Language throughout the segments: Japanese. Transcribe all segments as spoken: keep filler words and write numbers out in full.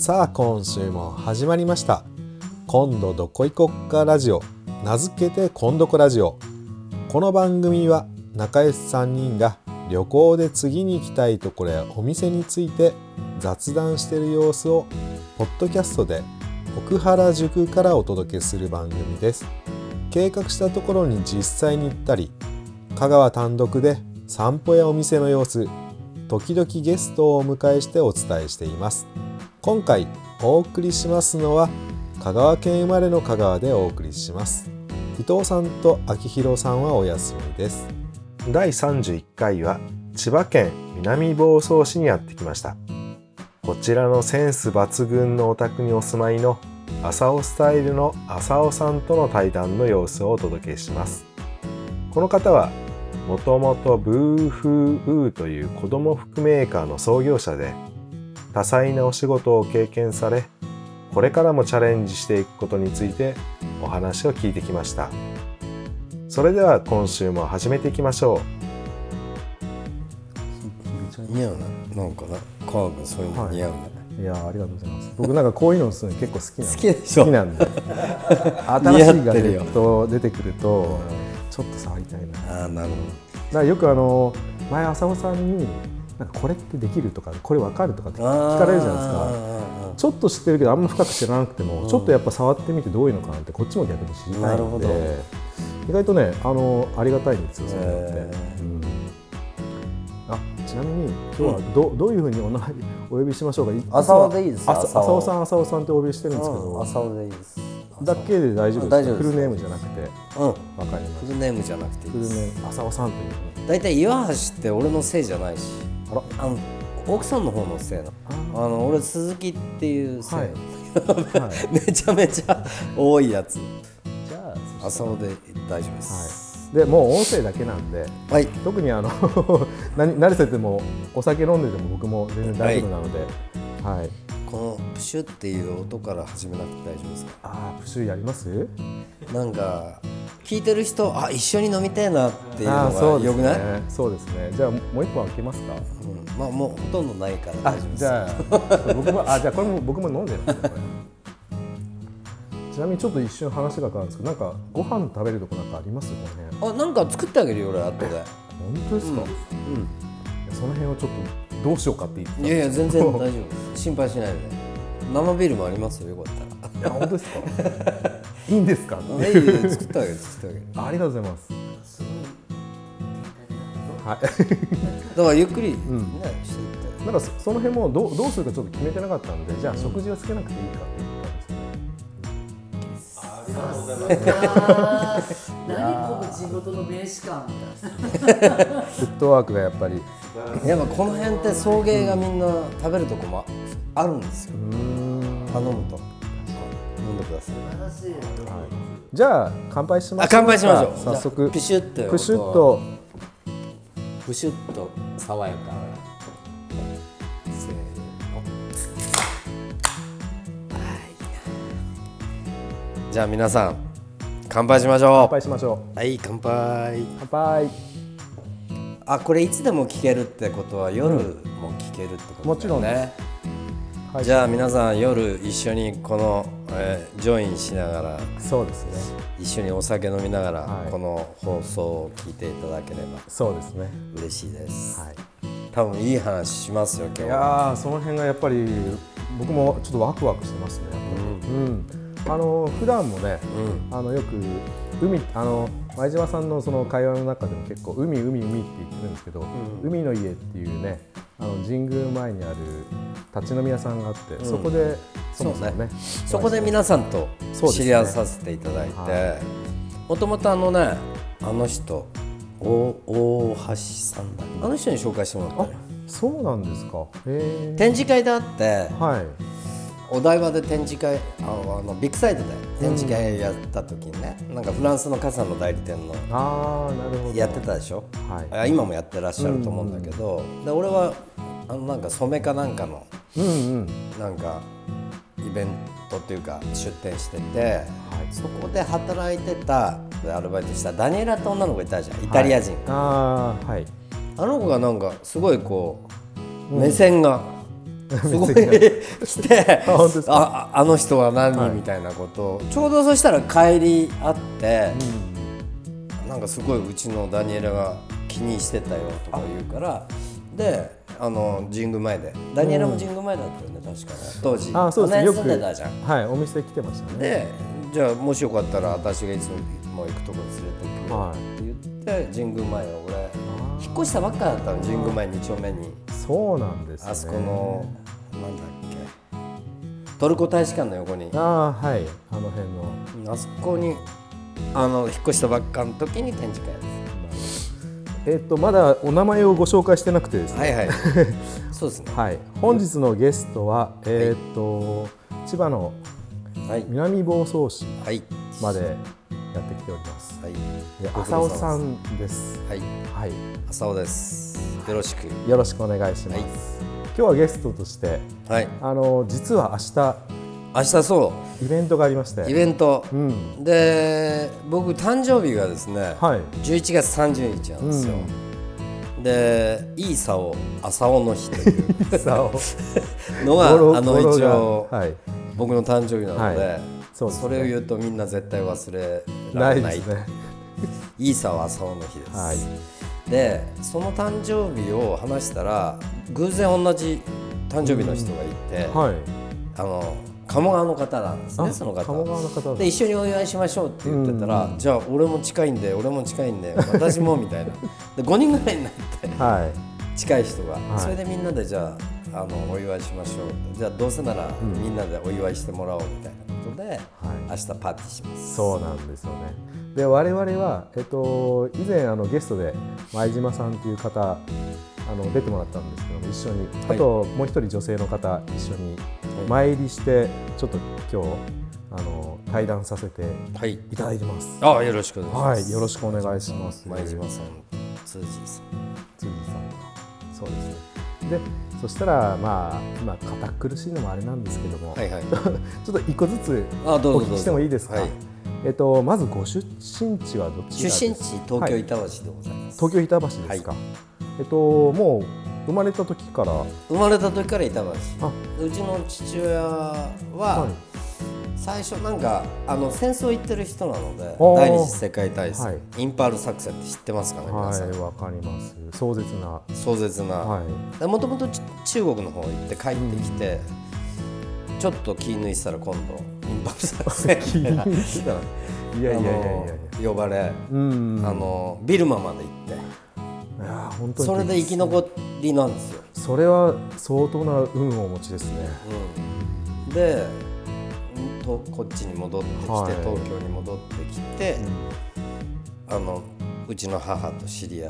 さあ今週も始まりました。今度どこ行こっかラジオ、名付けて今どこラジオ。この番組は仲良しさんにんが旅行で次に行きたいところやお店について雑談している様子をポッドキャストで奥原宿からお届けする番組です。計画したところに実際に行ったり、香川単独で散歩やお店の様子、時々ゲストをお迎えしてお伝えしています。今回お送りしますのは香川県生まれの香川でお送りします。伊藤さんと秋広さんはお休みです。だいさんじゅういっかいは千葉県南房総市にやってきました。こちらのセンス抜群のお宅にお住まいの浅尾スタイルの浅尾さんとの対談の様子をお届けします。この方はもともとブーフーウーという子ども服メーカーの創業者で、多彩なお仕事を経験され、これからもチャレンジしていくことについてお話を聞いてきました。それでは今週も始めていきましょう。似合うな、なんかな、川君そういうの似合うね、 はい、いやありがとうございます。僕なんかこういうのするの結構好きなんで好きでしょ。 好きなんで新しいガジェット出てくるとちょっと触りたいな。 あ、なるほど。 だからよくあの前浅尾さんになんかこれってできるとかこれ分かるとかって聞かれるじゃないですか。ちょっと知ってるけどあんま深く知らなくても、うん、ちょっとやっぱ触ってみてどういうのかなってこっちも逆に知りたいので、意外とね あのありがたいんですよ、そういうのって、うん、あちなみに今日は ど,、うん、どういうふうにお名前お呼びしましょうか。 浅尾でいいですか。 浅尾さん浅尾さんってお呼びしてるんですけど、 うん、浅尾でいいですだけで大丈夫ですか。フルネームじゃなくて。うん、わかりました。 フルネームじゃなくていいです。 フルネーム浅尾さんという。 だいたい岩橋って俺のせいじゃないし、あらあの奥さんの方のせいなの。あの俺鈴木っていうせい、はいはい、めちゃめちゃ多いやつ。じゃあ浅尾で大丈夫です、 はい、でもう音声だけなんで、 はい、 特にあの何慣れててもお酒飲んでても僕も全然大丈夫なので、はいはい、 このプシュっていう音から始めなくて大丈夫ですか。 あプシュやります。 なんか聞いてる人、あ一緒に飲みたいなっていうのがよくない。 そうですね。じゃあもう一個開けますか。 うん、まあもうほとんどないから大丈夫です。 じゃあ僕もあじゃあこれも僕も飲んでるんですね。ちなみにちょっと一瞬話が変わるんですけど、なんかご飯食べるとこなんかありますこの辺。 あなんか作ってあげるよ俺後で。 本当ですか。うん。うん、その辺をちょっとどうしようかって言ってたんです。 いやいや全然大丈夫。心配しないで。生ビールもありますよよかったら。 いや本当ですか。いいんですか。 いいよ作ってあげる作ってあげる。 ありがとうございます。はい。 だからゆっくり、ねうん、していって。なんかその辺もどうどうするかちょっと決めてなかったんで、じゃあ食事はつけなくていいかって言ったんですよね。ありがとうございます。 何この地元の名士感みたいな。フットワークがやっぱり。 やっぱこの辺って送迎がみんな食べるとこもあるんですよ。頼むと。飲んでください。 素晴らしい。 はい。じゃあ乾杯しましょう。 乾杯しましょう。 早速。 プシュッと。 プシュッと。 プシュッと爽やか。せーの。はい。じゃあ皆さん乾杯しましょう。 乾杯しましょう。はい乾杯。 乾杯。 あこれいつでも聞けるってことは夜も聞けるってことね。 もちろんね。 はい、じゃあ皆さん夜一緒にこの、えー、ジョインしながらそうですね一緒にお酒飲みながら、はい、この放送を聞いていただければそうですね嬉しいです、 はい、 多分いい話しますよ今日は。 いやその辺がやっぱり僕もちょっとワクワクしてますね、うんうん、あの普段もね、うん、あのよく海あの前島さんのその会話の中でも結構海海海って言ってるんですけど、うん、海の家っていうねあの神宮前にある立ち飲み屋さんがあって、うん、そこでそもそもね、 そこで皆さんと知り合わさせていただいて、もともとあのねあの人大橋さんだあの人に紹介してもらったね。 そうなんですか。へ展示会であって、 はい、 お台場で展示会 あの、あのビッグサイトで展示会やった時にね、うん、なんかフランスの傘の代理店のあーなるほどやってたでしょ、はい、今もやってらっしゃると思うんだけど、うんうん、で俺はあのなんか染めかなんかの、うんうん、なんかイベントっていうか出店してて、はい、そこで働いてたアルバイトしたダニエラって女の子いたじゃん、イタリア人、 はい、あ, はい、 あの子がなんかすごいこう、うん、目線がすごい来てあ本当ですか。 ああの人は何、 はいみたいなことをちょうどそしたら帰りあって、うん、なんかすごいうちのダニエラが気にしてたよとか言うからであの神宮前でダニエラも神宮前だったよね、確かね当時。 あそうですね、 よくよく住んでたじゃん。 はいお店来てましたね。 でじゃあもしよかったら私がいつも行くとこ連れてくよって言って、神宮前を俺引っ越したばっかだったの、神宮前に丁目に。 そうなんですね。 あそこのなんだっけトルコ大使館の横に、 ああはいあの辺のあそこにあの引っ越したばっかの時に展示会やってえっとまだお名前をご紹介してなくてですね。 はいはいそうですね。 はい、本日のゲストは、えーっと千葉のはい南房総市はいまでやってきております。 はいで浅尾さんです。 はいはい、 浅尾です。よろしく。 よろしくお願いします。 はい今日はゲストとしてはいあの実は明日明日そイベントがありまして、 うイベント、 うん、 で僕誕生日がですね、 はい、 じゅういちがつさんじゅうにちなんですよ。でいいさお浅尾の日というさおのが語呂あの語呂が一応、 はい、 僕の誕生日なので、 はいそうですねそれを言うとみんな絶対忘れらないれないですね。 いいさお浅尾の日です、 はいでその誕生日を話したら偶然同じ誕生日の人がいて、 はい、 あの鴨川の方なんですね、その方鴨川の方だで一緒にお祝いしましょうって言ってたら、じゃあ俺も近いんで俺も近いんで私もみたいなでごにんぐらいになってはい近い人が、 いそれでみんなでじゃあ、あのお祝いしましょう、じゃあどうせならみんなでお祝いしてもらおうみたいなことで、 はい明日パーティーします。 そうなんですよね。で我々は、えっと、以前あのゲストで前島さんという方あの出てもらったんですけども一緒に、 はいあともう一人女性の方一緒に前入りしてちょっと今日あの対談させてはいいただいてます。 あよろしくお願いします。 はい、よろしくお願いします。 前島さん、通じさん。 辻さんそうですね。でそしたらまあ今堅苦しいのもあれなんですけども、 はいはい。 ちょっと一個ずつあどうぞどうぞお聞きしてもいいですか。 はいえっとまずご出身地はどちらですか。 出身地東京はい板橋でございます。 東京板橋ですか。 はえっともう生まれた時から、は生まれた時から板橋。 あうちの父親は、 い、 最初なんかあの戦争行ってる人なのでおー第二次世界大戦、 はいインパール作戦って知ってますかね、皆さん。 はい、わかります。壮絶な、 壮絶な。 はい、 もともと中国の方行って帰ってきて、ちょっと気抜いてたら今度インパール作戦気に入ってた。いやいやいやいやいや。 あの呼ばれ、 うん、 あのビルマまで行っていや本当にそれで生き残りなんですよ。 それは相当な運をお持ちですね。 うん、でとこっちに戻ってきて、 はい東京に戻ってきて、あのうちの母と知り合って、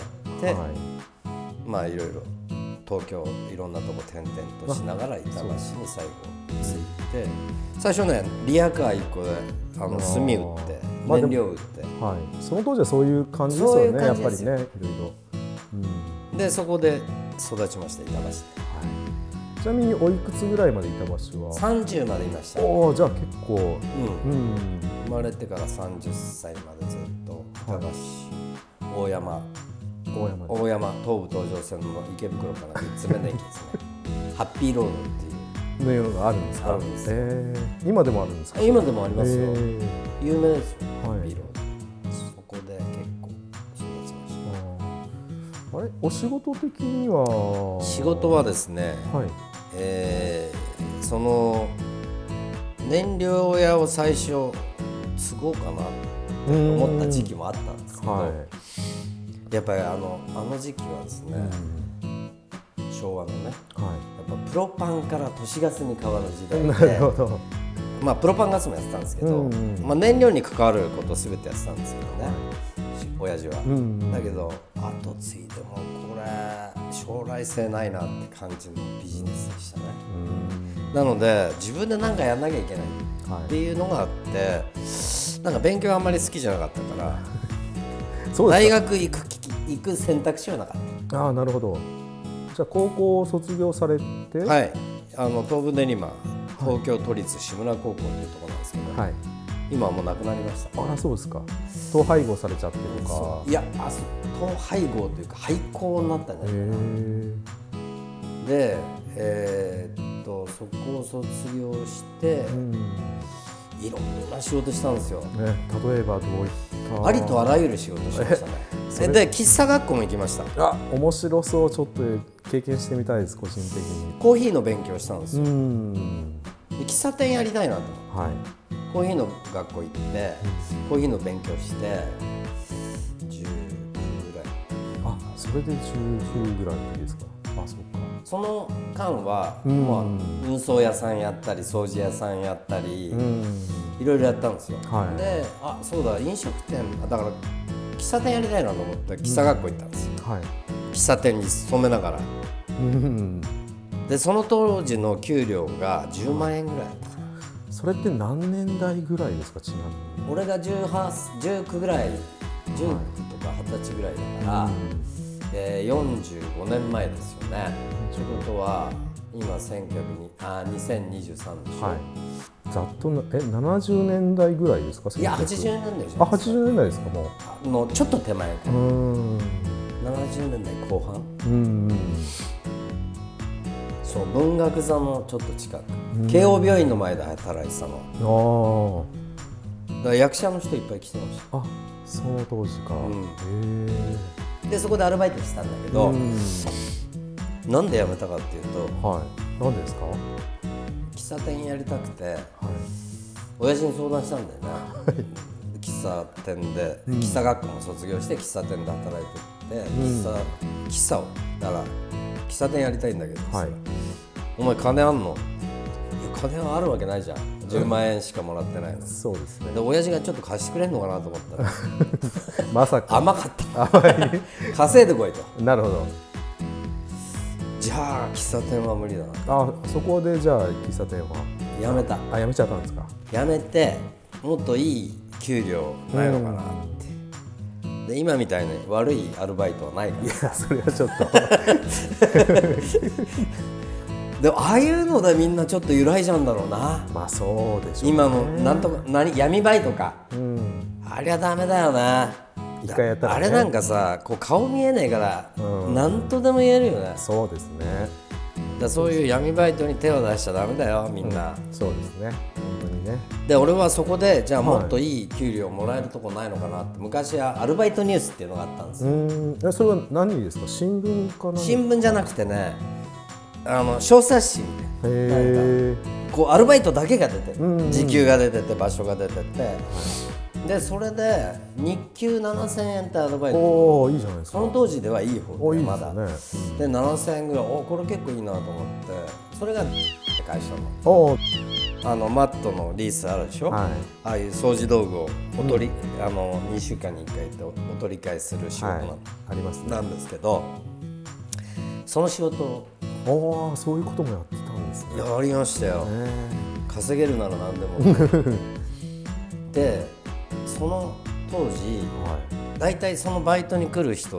はい、 まあいろいろ東京いろんなとこ転々としながら板橋に最後着いて、最初ねリアカーいっこであの炭売ってまあでも燃料売って、 はい、その当時はそういう感じですそういうよね。やっぱりね、 感じですよいろいろ。うん、 でそこで育ちました板橋で。 ちなみにおいくつぐらいまで板橋は。 さんじゅうまでいました。 おお、じゃあ結構、 うんうん、 生まれてからさんじゅっさいまでずっと板橋、大山大山で。 大山東武東上線の池袋からみっつめの駅ですねハッピーロードっていうのようなのがあるんですか。 あるんですえー、今でもあるんですか。 今でもありますよ、 えー有名ですよ、 はいハッピーロード。そこで結構育ちましあーあれ、お仕事的には。 た。仕事はですね、 はい。 えーその燃料屋を最初継ごうかなって思った時期もあったんですけど、 はやっぱりあのあの時期はですい。 ね、昭和のねはやっぱプロパンから都市ガスに変わる時い。な代で、 るほど。 まあ、プロパンガスもやってたんですけど、 うんうんまあ、燃料に関わることすべてやってたんですけどね、し親父は、 うんうんだけど後継いでもこれ将来性ないなって感じのビジネスでしたね。 うんなので自分で何かやんなきゃいけないってはい。 いうのがあって、なんか勉強あんまり好きじゃなかったから大そうですか。 学行く行く選択肢はなかっああ、なるほど。じゃあ高校を卒業されて。 た。はい、あの東武練馬東京都立志村高校っていうところなんですけど、 はい。 今はもうなくなりました。 ああ、そうですか。統廃合されちゃってとかそ。ういやあそ統廃合というか廃校になったんじゃないかな。 へで、えーっとそこを卒業して、うん、いろんな仕事したんですよ、 ね、例えばどういったありとあらゆる仕事しましたねで喫茶学校も行きました。 あ、面白そう。ちょっと経験してみたいです、個人的に。 コーヒーの勉強したんですよ。 うんで喫茶店やりたいなと思って、 はい、 コーヒーの学校行って、うん、コーヒーの勉強してじゅうぐらい。 あ、それでじゅうぐらいですか。あ、そうか。 その間は、うんまあ、運送屋さんやったり掃除屋さんやったり、うん、いろいろやったんですよ、はい、で、あ、そうだ、飲食店だから喫茶店やりたいなと思って喫茶学校行ったんですよ、うんはい、喫茶店に勤めながら、うん、でその当時の給料がじゅうまんえんぐらいだったかな。 それって何年代ぐらいですか、ちなみに。 俺がじゅうはち、じゅうきゅうぐらい、じゅうきゅうとかはたちぐらいだから、はい、えー、よんじゅうごねんまえですよね。ということは今せんきゅうひゃくにあにせんにじゅうさんでしょ、はい、 ざっとえななじゅうねんだいぐらいですか。 いやはちじゅうねんだいじゃないですか。あ、はちじゅうねんだいですか。もうのちょっと手前かな。うんななじゅうねんだいこう半。うんそう文学座のちょっと近く、慶応病院の前で働いてたの。あだから役者の人いっぱい来てました。 あ、その当時か、うん、 へでそこでアルバイトしたんだけど、うんなんで辞めたかっていうと、 はい、なんでですか。 喫茶店やりたくて、はい、親父に相談したんだよね、はい、喫茶店で、うん、喫茶学校も卒業して喫茶店で働いてて、うん、喫茶喫茶をだから喫茶店やりたいんだけど、はい、お前金あんの。いや金はあるわけないじゃん、じゅうまんえんしかもらってないの、うん、 そうですね。 で親父がちょっと貸してくれんのかなと思ったらまさか甘かった稼いでこいと。 なるほど。 じゃあ喫茶店は無理だな。 あ、そこでじゃあ喫茶店はやめた。 あ、やめちゃったんですか。 やめてもっといい給料ないのかなって、うん、で今みたいに悪いアルバイトはないから。 いやそれはちょっとでもああいうのでみんなちょっと揺らいじゃうんだろうな。 まあそうでしょうね。 今のなんとか何闇バイトか、うん、あれはダメだよな。 一回やったらね、 あれなんかさこう顔見えないから何とでも言えるよね。 そうですね。 だそういう闇バイトに手を出しちゃダメだよみんな、うん、 そうですね、本当にね。 で俺はそこでじゃあもっといい給料もらえるとこないのかなって、昔はアルバイトニュースっていうのがあったんですよ。 うんそれは何ですか。新聞かな。 新聞じゃなくてね、あの小冊子みたいな。へー。こうアルバイトだけが出てる、うんうん、時給が出てて場所が出てて、はいでそれで日給ななせんえんってアルバイト。 おーいいじゃないですか。 その当時ではいい方でまだ。 いいですね、 でななせんえんぐらい、おこれ結構いいなと思って、それが会社のおあのマットのリースあるでしょ、はい、ああいう掃除道具をお取り、うん、あのにしゅうかんにいっかいってお取り替えする仕事なの、はい、 ありますね。 なんですけど、その仕事をおーそういうこともやってたんですね。 やりましたよ。稼げるなら何でもでその当時、はい、だいたいそのバイトに来る人って、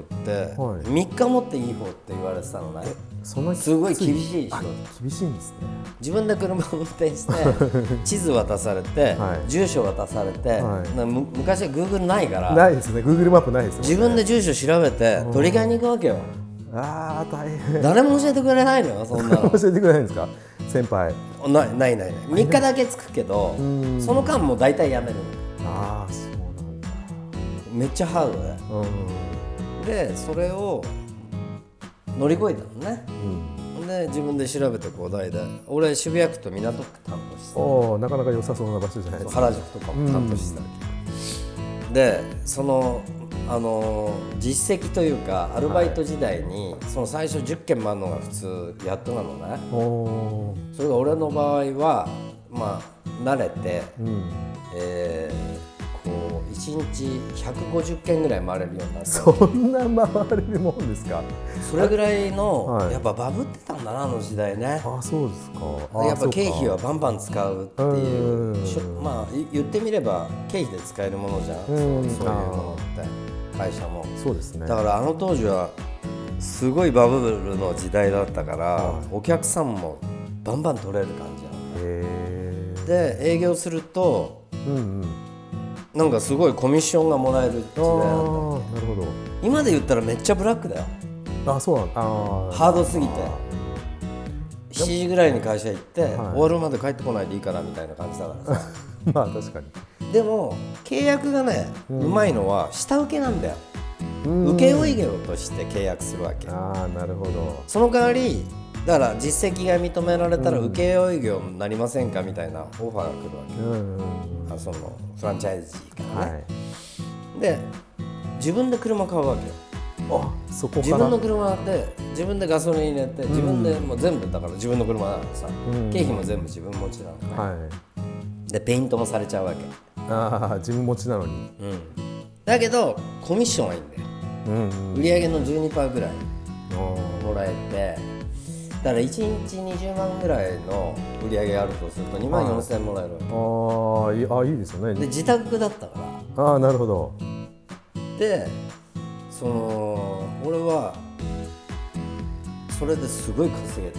はい、みっか持っていい方って言われてたのね。 そんなすごい厳しい人。 厳しいんですね。 自分で車を運転して地図渡されて、はい、住所渡されて、はい、なむ昔は Google ないからないですね。 Google マップないですもんね。 自分で住所調べて取り替えに行くわけよ。 あー大変。 誰も教えてくれないのよそんなの。 教えてくれないんですか先輩。 ないないないない。みっかだけつくけどその間もう大体やめるの。 ああそうなんだ。 めっちゃハードで、うん、でそれを乗り越えたのね、うん、で自分で調べてこう代々俺渋谷区と港区担当してた。 おなかなか良さそうな場所じゃないですか。 原宿とかも担当してたわけ、うん、でそのあの実績というかアルバイト時代に、はい、その最初じゅっけんもあるのが普通やっとなのね。おそれが俺の場合はまあ慣れて、うんえー、こういちにちひゃくごじゅっけんぐらい回れるようになって。 そんな回れるもんですか。 それぐらいの、はい、やっぱバブってたんだなあの時代ね。 あそうですか。 やっぱ経費はバンバン使うっていうまあ言ってみれば経費で使えるものじゃん、うんそういうものって会社も。 そうですね。 だからあの当時はすごいバブルの時代だったから、はい、お客さんもバンバン取れる感じなの。へで営業すると、うんうん、なんかすごいコミッションがもらえる時代だったっけ。なるほど。今で言ったらめっちゃブラックだよ。 あそうなんあハードすぎてしちじぐらいに会社行って、 はい、 終わるまで帰ってこないでいいからみたいな感じだからさまあ確かに。 でも契約がね、うん、うまいのは下請けなんだよ。 うん請負業として契約するわけ。 ああなるほど。 その代わりだから実績が認められたら請負業になりませんかみたいなオファーが来るわけ、うんうんうん、あそのフランチャイズからね、はい、で自分で車買うわけよ。 あそこから自分の車で自分でガソリン入れて自分でもう全部だから自分の車だからさ、うん、経費も全部自分持ちなのね、はい、でペイントもされちゃうわけ。 ああ自分持ちなのに、うん、 だけどコミッションはいいんだよ、うんうん、売上の じゅうにパーセント ぐらいもらえて、だからいちにちにじゅうまんぐらいの売り上げがあるとするとにまんよんせんえんもらえるわけ。 ああいいですよね。 で自宅だったから。ああなるほど。 でその俺はそれですごい稼げた、うん、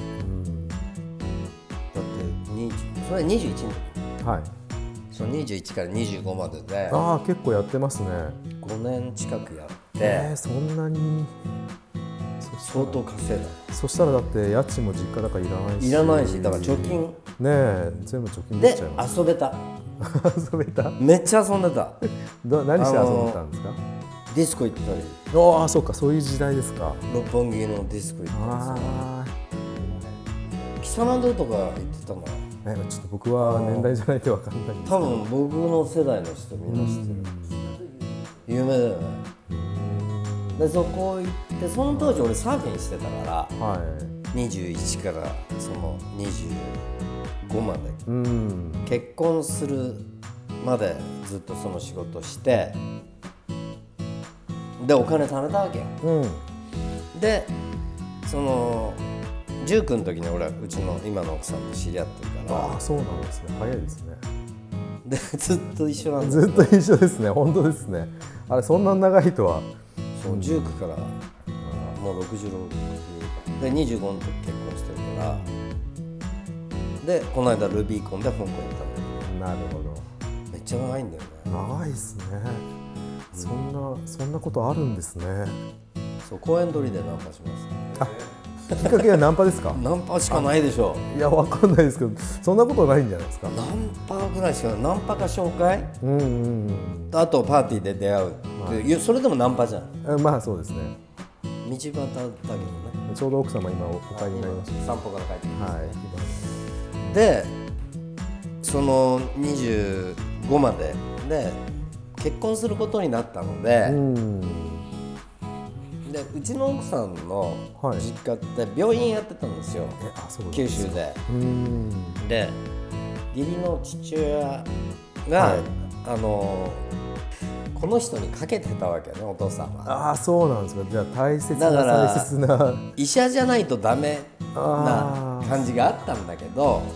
だってにじゅうそれにじゅういちの時、はい、そのにじゅういちからにじゅうごまででああ結構やってますね。 ごねん近くやって、 えー、そんなに相当稼いだ。 そしたらだって家賃も実家だからいらないしいらないしだから貯金ねえ全部貯金できちゃいます。 で遊べた遊べためっちゃ遊んでたど何して遊んでたんですか。 ディスコ行ったり。 ああそうかそういう時代ですか。 六本木のディスコ行ったりさキサナドとか行ってたの。 えちょっと僕は年代じゃないと分かんないんですけど多分僕の世代の人みんな知ってる。有名だよね。でそこ行ってその当時俺サーフィンしてたから、はい、にじゅういちからそのにじゅうごまで、うん、結婚するまでずっとその仕事してでお金貯めたわけよ、うん、でそのじゅうきゅうの時に俺はうちの今の奥さんと知り合ってるから。 ああそうなんですね。早いですね。 でずっと一緒なんですずっと一緒ですね。本当ですね。あれそんな長いとは。 そうじゅうきゅうからもうろくじゅうろくでにじゅうごの時結婚してるからでこの間ルビーコンで香港行ったの。 なるほど。 めっちゃ長いんだよね。 長いですね、うん、そんなそんなことあるんですね。 そう公園取りでナンパします、 あきっかけはナンパですか。 ナンパしかないでしょ。 いやわかんないですけどそんなことないんじゃないですか。 ナンパぐらいしかない。ナンパか紹介、うんうんうん、あとパーティーで出会う、はい、それでもナンパじゃん。 まあそうですね。 道端だけどね。 ちょうど奥様今お帰りになりました。 散歩から帰ってきました、ね、はい、でそのにじゅうごまでで結婚することになったので、うんでうちの奥さんの実家って病院やってたんですよ、はい、えあそうです九州で。うんで義理の父親が、はい、あのこの人にかけてたわけね、お父さんは。 ああそうなんですか。じゃあ大切な大切な医者じゃないとダメな感じがあったんだけど、はい、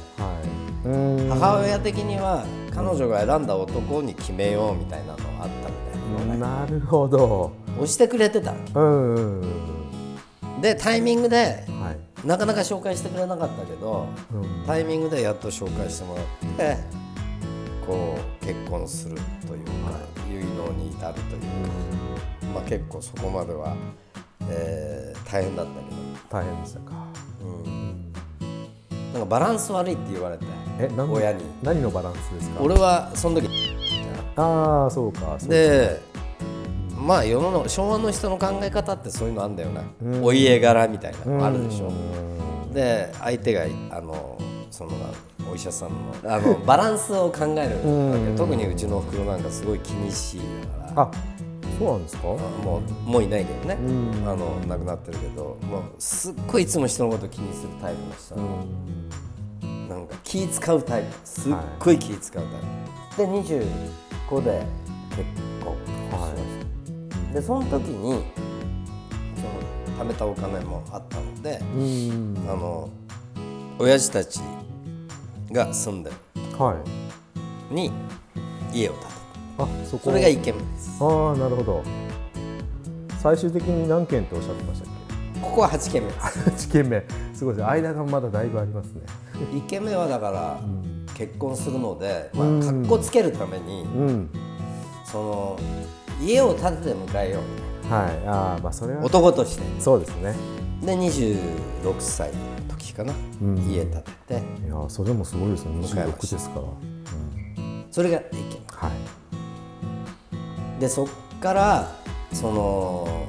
うん母親的には彼女が選んだ男に決めようみたいなのがあったみたいな、ね、 なるほど。 押してくれてたわけ、うんうんうん、でタイミングで、はい、なかなか紹介してくれなかったけど、うん、タイミングでやっと紹介してもらってこう結婚するというか、はい、結納に至るというか、うんまあ、結構そこまでは、えー、大変だったけど。 大変でしたか、うん、 なんかバランス悪いって言われてえ親に。 何のバランスですか。 俺はその時ああそうか。そうでまあ世の昭和の人の考え方ってそういうのあるんだよね、うん、お家柄みたいなのあるでしょ、うん、で相手があのそのお医者さんのあのバランスを考えるわけ、うん、特にうちのおふくろなんかすごい気にしいだから。 あそうなんですか。 もう、もういないけどね、うん、あの亡くなってるけどもうすっごいいつも人のこと気にするタイプの人、うん、なんか気使うタイプすっごい気使うタイプ、はい、でにじゅうごで結婚しました、はい、でその時にその貯めたお金もあったので、うん、あの親父たちが住んでるに家を建てた。あ そ, こそれがいっけんめです。 ああなるほど。最終的に何件っておっしゃってましたっけ。ここははちけんめです。 はちけんめすごいです。間がまだだいぶありますね。 いっけんめはだから、うん、結婚するので、まあ、かっこつけるために、うん、その家を建てて迎えようみはい、ああまあそれは男としてそうですね。 でにじゅうろくさいの時かな、うん、家建てて、 いやそれもすごいですね。にじゅうろくですから、うん、 それが意見、 はい、 でそっからその、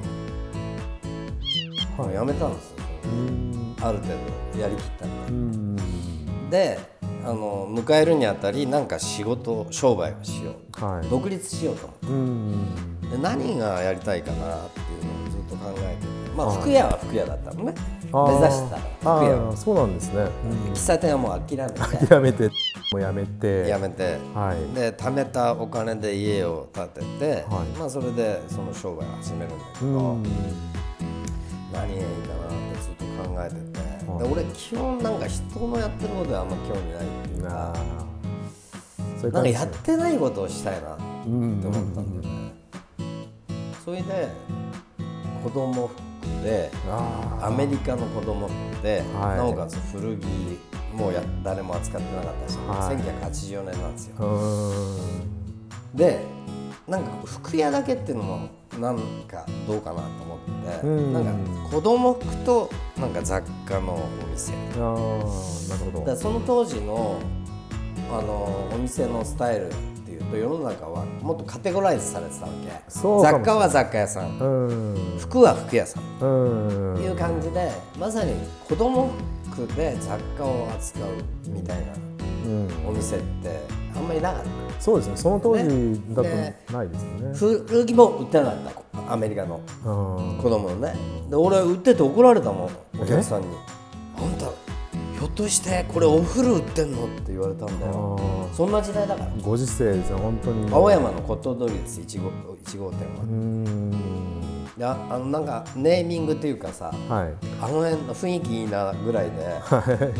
はい、辞めたんですよ。ある程度やりきったんで、うんであの迎えるにあたりなんか仕事商売をしよう、はい、独立しようと思って、うんで何がやりたいかなっていうのをずっと考えてて、まあ、服屋は服屋だったのね、目指したら服屋は。 そうなんですね、 うん、喫茶店はもう諦めて諦めてもうやめてやめて、はい、で貯めたお金で家を建てて、はい、まあ、それでその商売を始めるんだけど、うん、何がいいかなってずっと考えてて、で俺基本なんか人のやってることはあんま興味ないっていうか、そういうなんかやってないことをしたいなって思ったんだよね。それで子供服でアメリカの子供服で、はい、なおかつ古着もうや誰も扱ってなかったし、はい、せんきゅうひゃくはちじゅうよねんなんですよ。でなんか服屋だけっていうのもなんかどうかなと思って、うん、なんか子供服となんか雑貨のお店、あなるほど。だからその当時の、あのお店のスタイルっていうと世の中はもっとカテゴライズされてたわけ。雑貨は雑貨屋さん、うん、服は服屋さんっていう感じで、まさに子供服で雑貨を扱うみたいなお店ってあんまりなかった。 そうですね、その当時だとないですね。 古着も売ってなかった、アメリカの子供のね。で俺売ってて怒られたもん、お客さんに。あんたひょっとしてこれお風呂売ってんのって言われたんだよ。そんな時代だから。 ご時世ですね、本当に。 青山の骨董通りです、いち号店は。うーん、であのなんかネーミングっていうかさ、はい、あの辺の雰囲気いいなぐらいで、はい、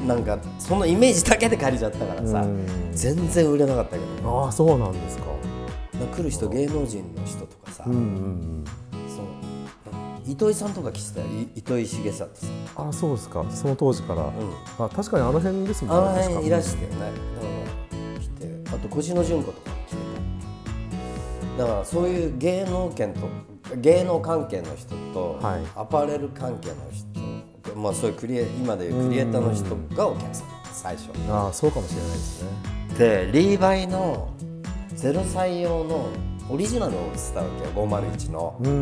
なんかそのイメージだけで借りちゃったからさ、全然売れなかったけどね。 ああそうなんですか。 来る人芸能人の人とかさ、うんうんうん、そう糸井さんとか来てたよ、糸井重里さん。ああそうですか、その当時から、うん、あ確かにあの辺ですもんね。あの辺いらしてよね。だから来て、あと越野純子とか来てた。だからそういう芸能圏と芸能関係の人と、はい、アパレル関係の人、まあそういうクリエ今でいうクリエイターの人がお客さん最初。 ああそうかもしれないですね。 でリーバイのゼロさい用のオリジナルを売ってたわけよ、ごまるいちの。 うん、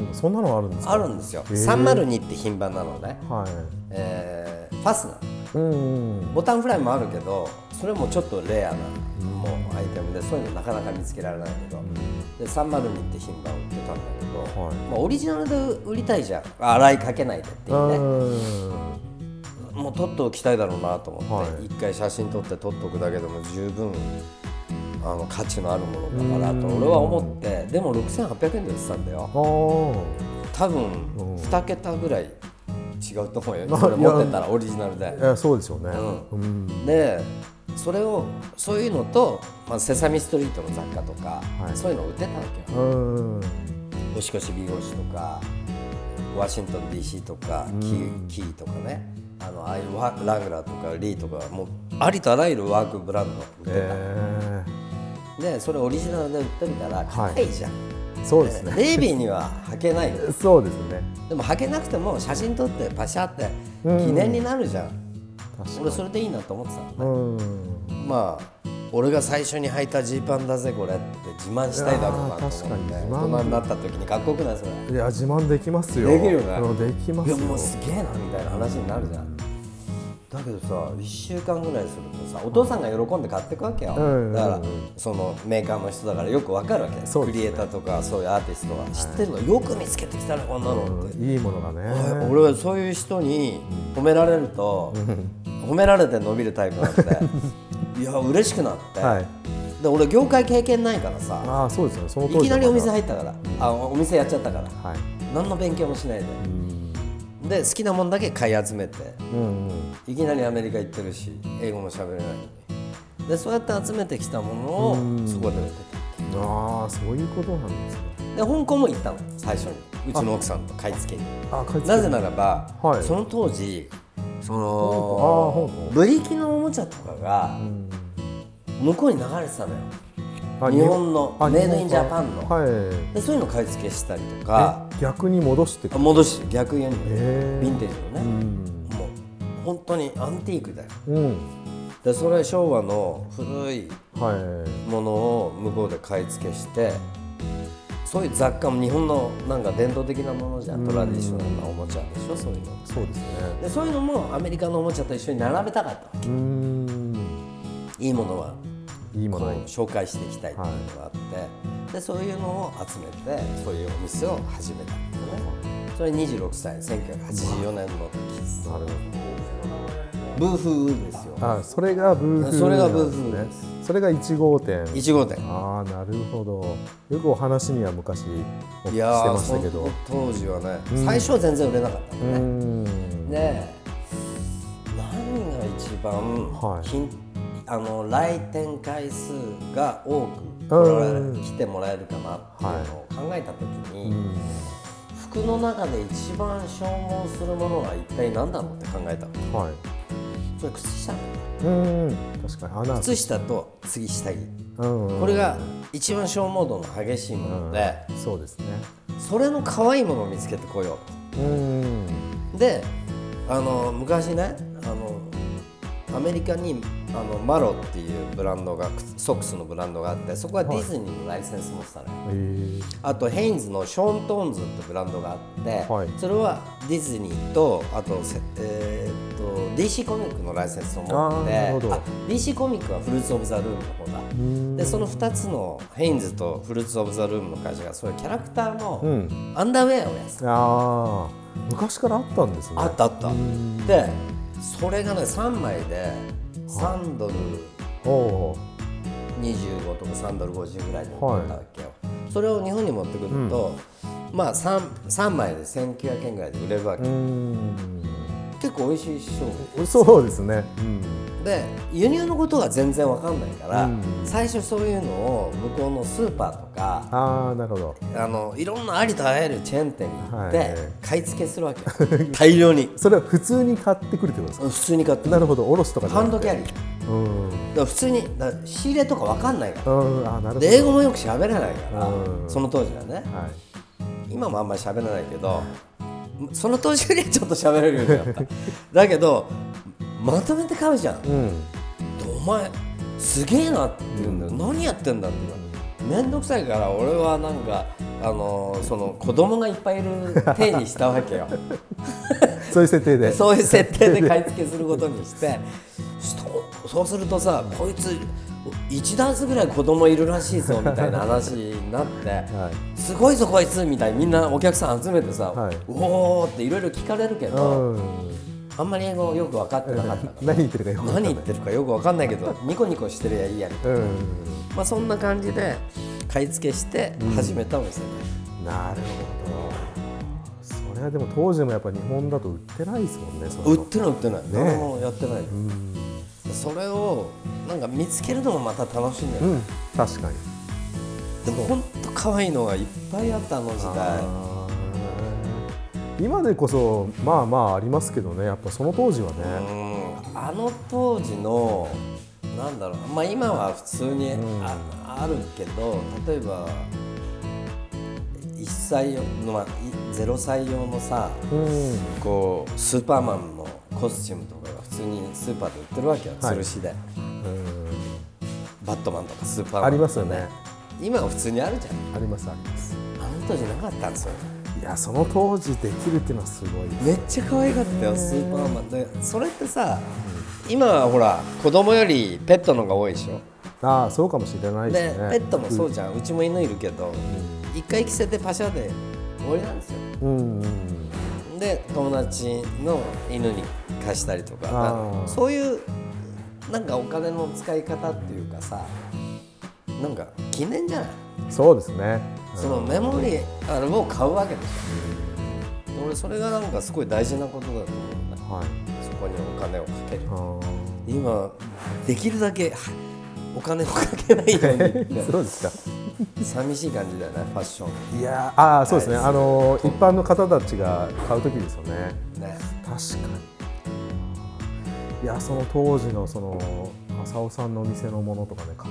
そんなのあるんですか。 あるんですよ。さんまるにって品番なのね、はい、えー、ファスナー、うん、ボタンフライもあるけどそれもちょっとレアなもうアイテムで、そういうのなかなか見つけられないけど、うん、でさんまるにって品番売ってたんだけど、はい、まあ、オリジナルで売りたいじゃん、洗いかけないでっていうね。もう撮っておきたいだろうなと思って、はい、一回写真撮って撮っておくだけでも十分あの価値のあるものだからと俺は思って、でもろくせんはっぴゃくえんで売ってたんだよ。多分に桁ぐらい違うと思うよ、それ持ってたらオリジナルで。 いやそうでしょうね、 うん、でそれをそういうのと、まあ、セサミストリートの雑貨とか、はい、そういうのを売ってたわけよ。押越美容師とかワシントン ディーシー とかキー、キーとかね、あのああいうラングラーとかリーとかもうありとあらゆるワークブランド売ってた、えー、でそれオリジナルで売ってみたら高いじゃん、はい、 そうですね。 ネイビーには履けないよそうですね。 でも履けなくても写真撮ってパシャって記念になるじゃん、うん、俺それでいいなと思ってたのね、うん、まあ俺が最初に履いたジーパンだぜこれって自慢したいだろうなと思って、大人になった時にかっこよくないそれ。 いや自慢できますよ。 できるよね。 できますよ。 いやもうすげえなみたいな話になるじゃん、うん、だけどさいっしゅうかんぐらいするとさお父さんが喜んで買っていくわけよ、うん、だからそのメーカーの人だからよくわかるわけ、ね、クリエイターとかそういうアーティストは知ってるの、はい、よく見つけてきたねこんなのって、 うん、いいものがね、 俺はそういう人に褒められると、うん、褒められて伸びるタイプなんでいや嬉しくなって、はい、で俺業界経験ないからさ、 あそうですよ、その当時いきなりお店入ったから、あお店やっちゃったから、はい、何の勉強もしないで、うん、で好きなもんだけ買い集めて、うんうん、いきなりアメリカ行ってるし英語も喋れないのに、でそうやって集めてきたものをそこで売ってた。 ああそういうことなんですね。 で香港も行ったの最初にうちの奥さんと買い付けに。あ買い付けなぜならば、はい、その当時そのブリキのおもちゃとかが向こうに流れてたのよ。 あ日本のあメイドインジャパンの、 はい、 でそういうの買い付けしたりとか、 え逆に戻してくる戻し逆輸入、 へーヴィンテージのね、 うんもう本当にアンティークだよ。 うんでそれ昭和の古いはいものを向こうで買い付けして、そういう雑貨も日本のなんか伝統的なものじゃん、 うんトラディショナルなおもちゃでしょ、そういうの。 そうですねでそういうのもアメリカのおもちゃと一緒に並べたかったわけ。 うーんいいものはいいものにこう紹介していきたいっていうのがあって、でそういうのを集めてそういうお店を始めたんだよね。それにじゅうろくさい、せんきゅうひゃくはちじゅうよねんの時です。 なるほブーフーですよ。 どあそれがブーフーそれがブーフーなんですねそれがいち号店いち号店。 ああなるほどよくお話には昔お聞きしていやーましたけどその当時はね、 うん最初は全然売れなかったうのね。 んで何が一番、 はいひんあの来店回数が多く来られるうん来てもらえるかなっていうのを考えた時に、 うん服の中で一番消耗するものは一体何だろうって考えたの。 はいそれ靴下。 うん確かに穴靴下と次下着、 うんこれが一番消耗度の激しいもので、 うんそうですねそれの可愛いものを見つけてこようんう。であの昔ねあのアメリカにあのマロっていうブランドがソックスのブランドがあって、そこはディズニーのライセンス持ってたのよ。 へーあとヘインズのショーントーンズってブランドがあって、 はいそれはディズニーとあと、えーっと ディーシー コミックのライセンスを持ってあーなるほどあ ディーシー コミックはフルーツ・オブ・ザ・ルームの方だ。 うんでそのふたつのヘインズとフルーツ・オブ・ザ・ルームの会社がそういうキャラクターうのんアンダーウェアをやってた、 ああ昔からあったんですねあったあった。 うんでそれがねさんまいでさんドルおおにじゅうごとかさんドルごじゅうぐらいで売ってたわけよ、それを日本に持ってくると、まあ 3, 3枚でせんきゅうひゃくえんぐらいで売れるわけ、 うん結構美味しい商品そうですねうんで輸入のことが全然わかんないから、 うん最初そういうのを向こうのスーパーとかああなるほどあのいろんなありとあらゆるチェーン店に行って、 はい買い付けするわけよ大量にそれは普通に買ってくるってことですか普通に買ってなるほどおろしとかじゃなくてハンドキャリーだかうんら普通にだから仕入れとかわかんないからうんあなるほどで英語もよく喋れないからうんその当時はねはい今もあんまり喋れないけどその当時よりはちょっと喋れるようになっただけどまとめて買うじゃんうんお前すげえなって言うんだよ、何やってんだって言うのめんどくさいから俺はなんかあのー、その子供がいっぱいいる体にしたわけよそういう設定でそういう設定で買い付けすることにしてそうするとさこいついちダースぐらい子供いるらしいぞみたいな話になって、 はすごいぞこいつみたいにみんなお客さん集めてさ、 はい、 おーっていろいろ聞かれるけど、 うんあんまり英語よく分かってなかったから何言ってるかよく分かんない何言ってるかよく分かんないけどニコニコしてるやいいやみたいな、 うんまあ、そんな感じで買い付けして始めたお店で、 なるほどそれはでも当時もやっぱ日本だと売ってないですもんねそ売ってない売ってない、 ね誰もやってない、 うん、 それをなんか見つけるのもまた楽しいんだよ、 うん、確かにでも本当可愛いのがいっぱいあったあの時代。 あー今でこそまあまあありますけどねやっぱその当時はね、 うんあの当時のなんだろう、まあ、今は普通に あ,、 うんあるけど例えばいっさい用の、まあ、ゼロさい用のさうんこうスーパーマンのコスチュームとかが普通にスーパーで売ってるわけよ、 はい吊るしでうんバットマンとかスーパーマンありますよね今は普通にあるじゃん。 ありますありますあの当時なかったんですよ。 いやその当時できるっていうのはすごいですめっちゃ可愛かったよスーパーマンで。それってさ、今はほら子供よりペットの方が多いでしょ。 ああそうかもしれないでですねペットもそうじゃん、うちも犬いるけど一回着せてパシャで終わりなんですよ。 うんうんで友達の犬に貸したりとかあーそういうなんかお金の使い方っていうかさ、なんか記念じゃない。 そうですねそのメモリアルを買うわけでしょ。俺それがなんかすごい大事なことだと思うんだ。 はいそこにお金をかける。 あー今できるだけお金をかけないようにってそうですか寂しい感じだよねファッション。 いやああそうですね、 はいあの一般の方たちが買う時ですよねね。 確かにいやその当時のその浅尾さんのお店のものとかね買ってみ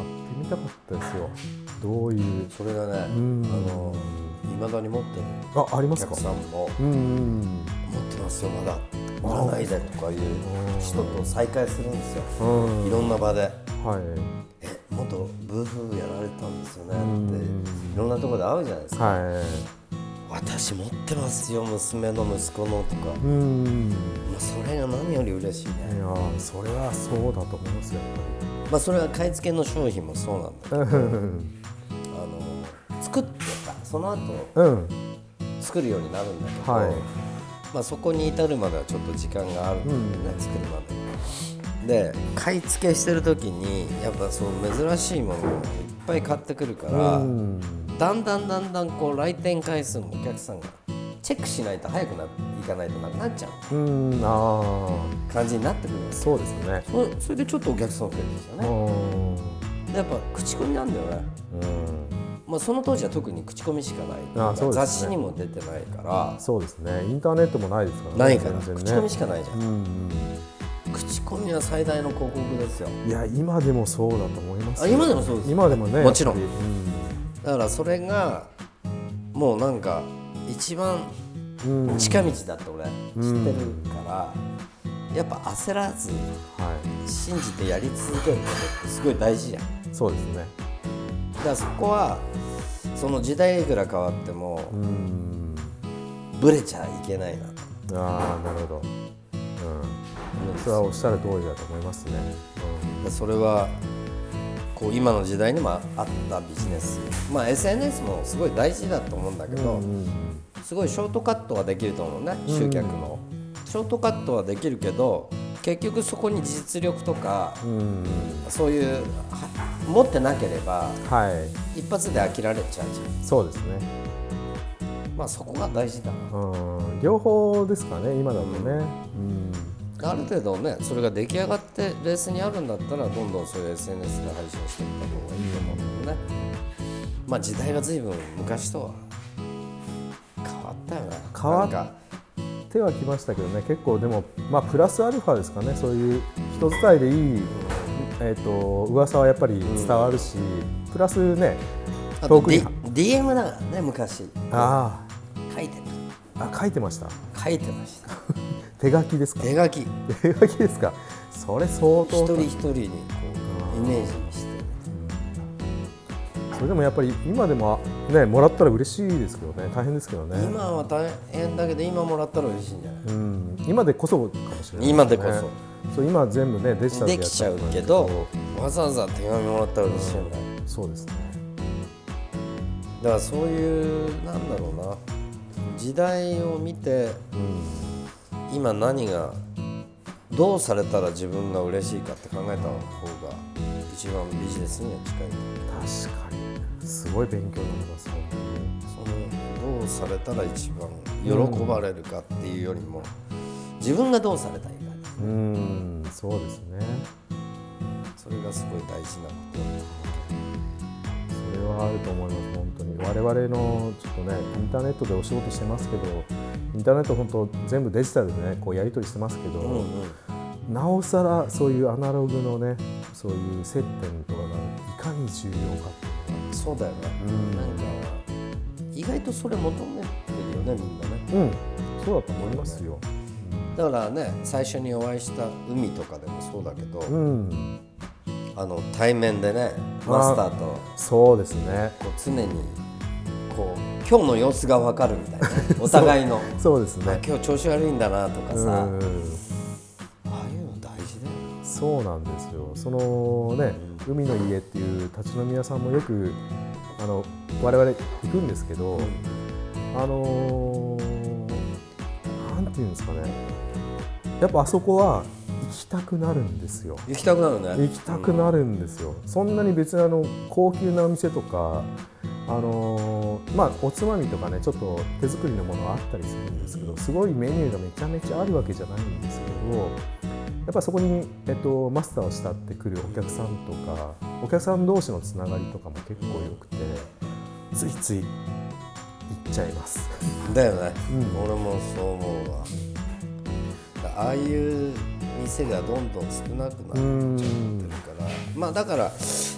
みたかったですよ。どういうそれがね、あうんの未だに持ってるあありますか。 お客さんもうんうん持ってますよまだ売らないでとかいう人と再会するんですよ、 うんいろんな場で。 はいえ元ブーフやられたんですよねうんっていろんなところで会うじゃないですか。 は私持ってますよ娘の息子のとか、 い。うんまあ、それが何より嬉しいいね。 やそれはそうだと思いますよ。 まあそれは買い付けの商品もそうなんだけどやっぱりあの作ってたその後うんうん作るようになるんだけど、 はいまあ、そこに至るまではちょっと時間があるんだよね、 うん作るまで。で買い付けしてる時にやっぱそう珍しいものをいっぱい買ってくるから、 うんだんだんだんだんこう来店回数もお客さんがチェックしないと早くないかないとなくなっちゃううんあ感じになってくるんあですそうですね。 そそれでちょっとお客さん増えてるんですようね。 んでやっぱ口コミなんだよね。 うんまあ、その当時は特に口コミしかない、 あそうですね雑誌にも出てないからそうですね。インターネットもないですからね。 ないから、 全然ね口コミしかないじゃん、 うん口コミは最大の広告ですよ。 うんいや今でもそうだと思いますよ。 あ今でもそうです今でもねもちろんやっぱだからそれがもうなんか一番りうんうん近道だって俺知ってるから、やっぱ焦らずは信じてやり続けることってすごい大事じゃん。 いそうですね。 だからそこはその時代いくら変わってもうんブレちゃいけないなとああなるほど。うん思うんですそれはよ。 おっしゃる通りだと思いますね。 でそれはこう今の時代にもあったビジネス、まあ エスエヌエス もすごい大事だと思うんだけど、 うんうんすごいショートカットはできると思うね、集客のショートカットはできるけど結局そこに実力とかうんうんそういうは持ってなければはい一発で飽きられちゃうじゃん。 そうですね。 まあそこが大事だな。 うん両方ですかね今だとね。うんある程度ねそれが出来上がってレースにあるんだったらどんどんそういう エスエヌエス で配信していった方がいいと思うんだよね。まあ時代が随分昔とは変わったよね。 変わっなんか手はきましたけどね結構でもまあプラスアルファですかねそういう人伝いでいい、えー、と噂はやっぱり伝わるし、プラスねあと遠くに D- ディーエム だからね昔あ書いてああ書いてましたた書いてました手書きですか手書き手書きですかそれ相当一人一人にこうイメージにしてそれでもやっぱり今でもねもらったら嬉しいですけどね大変ですけどね今は大変だけど今もらったら嬉しいんじゃない。 うん、今でこそかもしれないですね、 今でこそそう今全部ねデジタルでやっできちゃうけどわざわざ手紙もらったら嬉しいんだよ。 そうですねだからそういうなんだろうな時代を見てうん今何がどうされたら自分が嬉しいかって考えた方が一番ビジネスには近い。 確かにすごい勉強になります本そのどうされたら一番喜ばれるかっていうよりも、自分がどうされたいか当にうんそうですねそれがすごい大事なことだそれはあると思います本当に我々のちょっとねインターネットでお仕事してますけどインターネット本当全部デジタルでねこうやり取りしてますけど、 と。うんうんなおさらそういうアナログのねそういう接点とかがいかに重要かっていうのがそうだよね、 うんなんか意外とそれ求めてるよねみんなね。 うんそうだと思いますよだからね最初にお会いした海とかでもそうだけど、 うんあの対面でねマスターとこそうですねう常にこう今日の様子が分かるみたいなお互いのそうですねあ今日調子悪いんだなとかさ、 うんああいうの大事だよ。 そうなんですよそのね海の家っていう立ち飲み屋さんもよくあの我々行くんですけど、あのー、なんていうんですかねやっぱあそこは行きたくなるんですよ行きたくなるね。 行きたくなるんですよ、そんなに別にあの高級なお店とかあのーまあおつまみとかねちょっと手作りのものはあったりするんですけどすごいメニューがめちゃめちゃあるわけじゃないんですけどやっぱそこに、えっと、マスターを慕ってくるお客さんとかお客さん同士のつながりとかも結構良くてついつい行っちゃいますだよね、 うん俺もそう思うわ。ああいう店がどんどん少なくなっちゃってるから、まあだから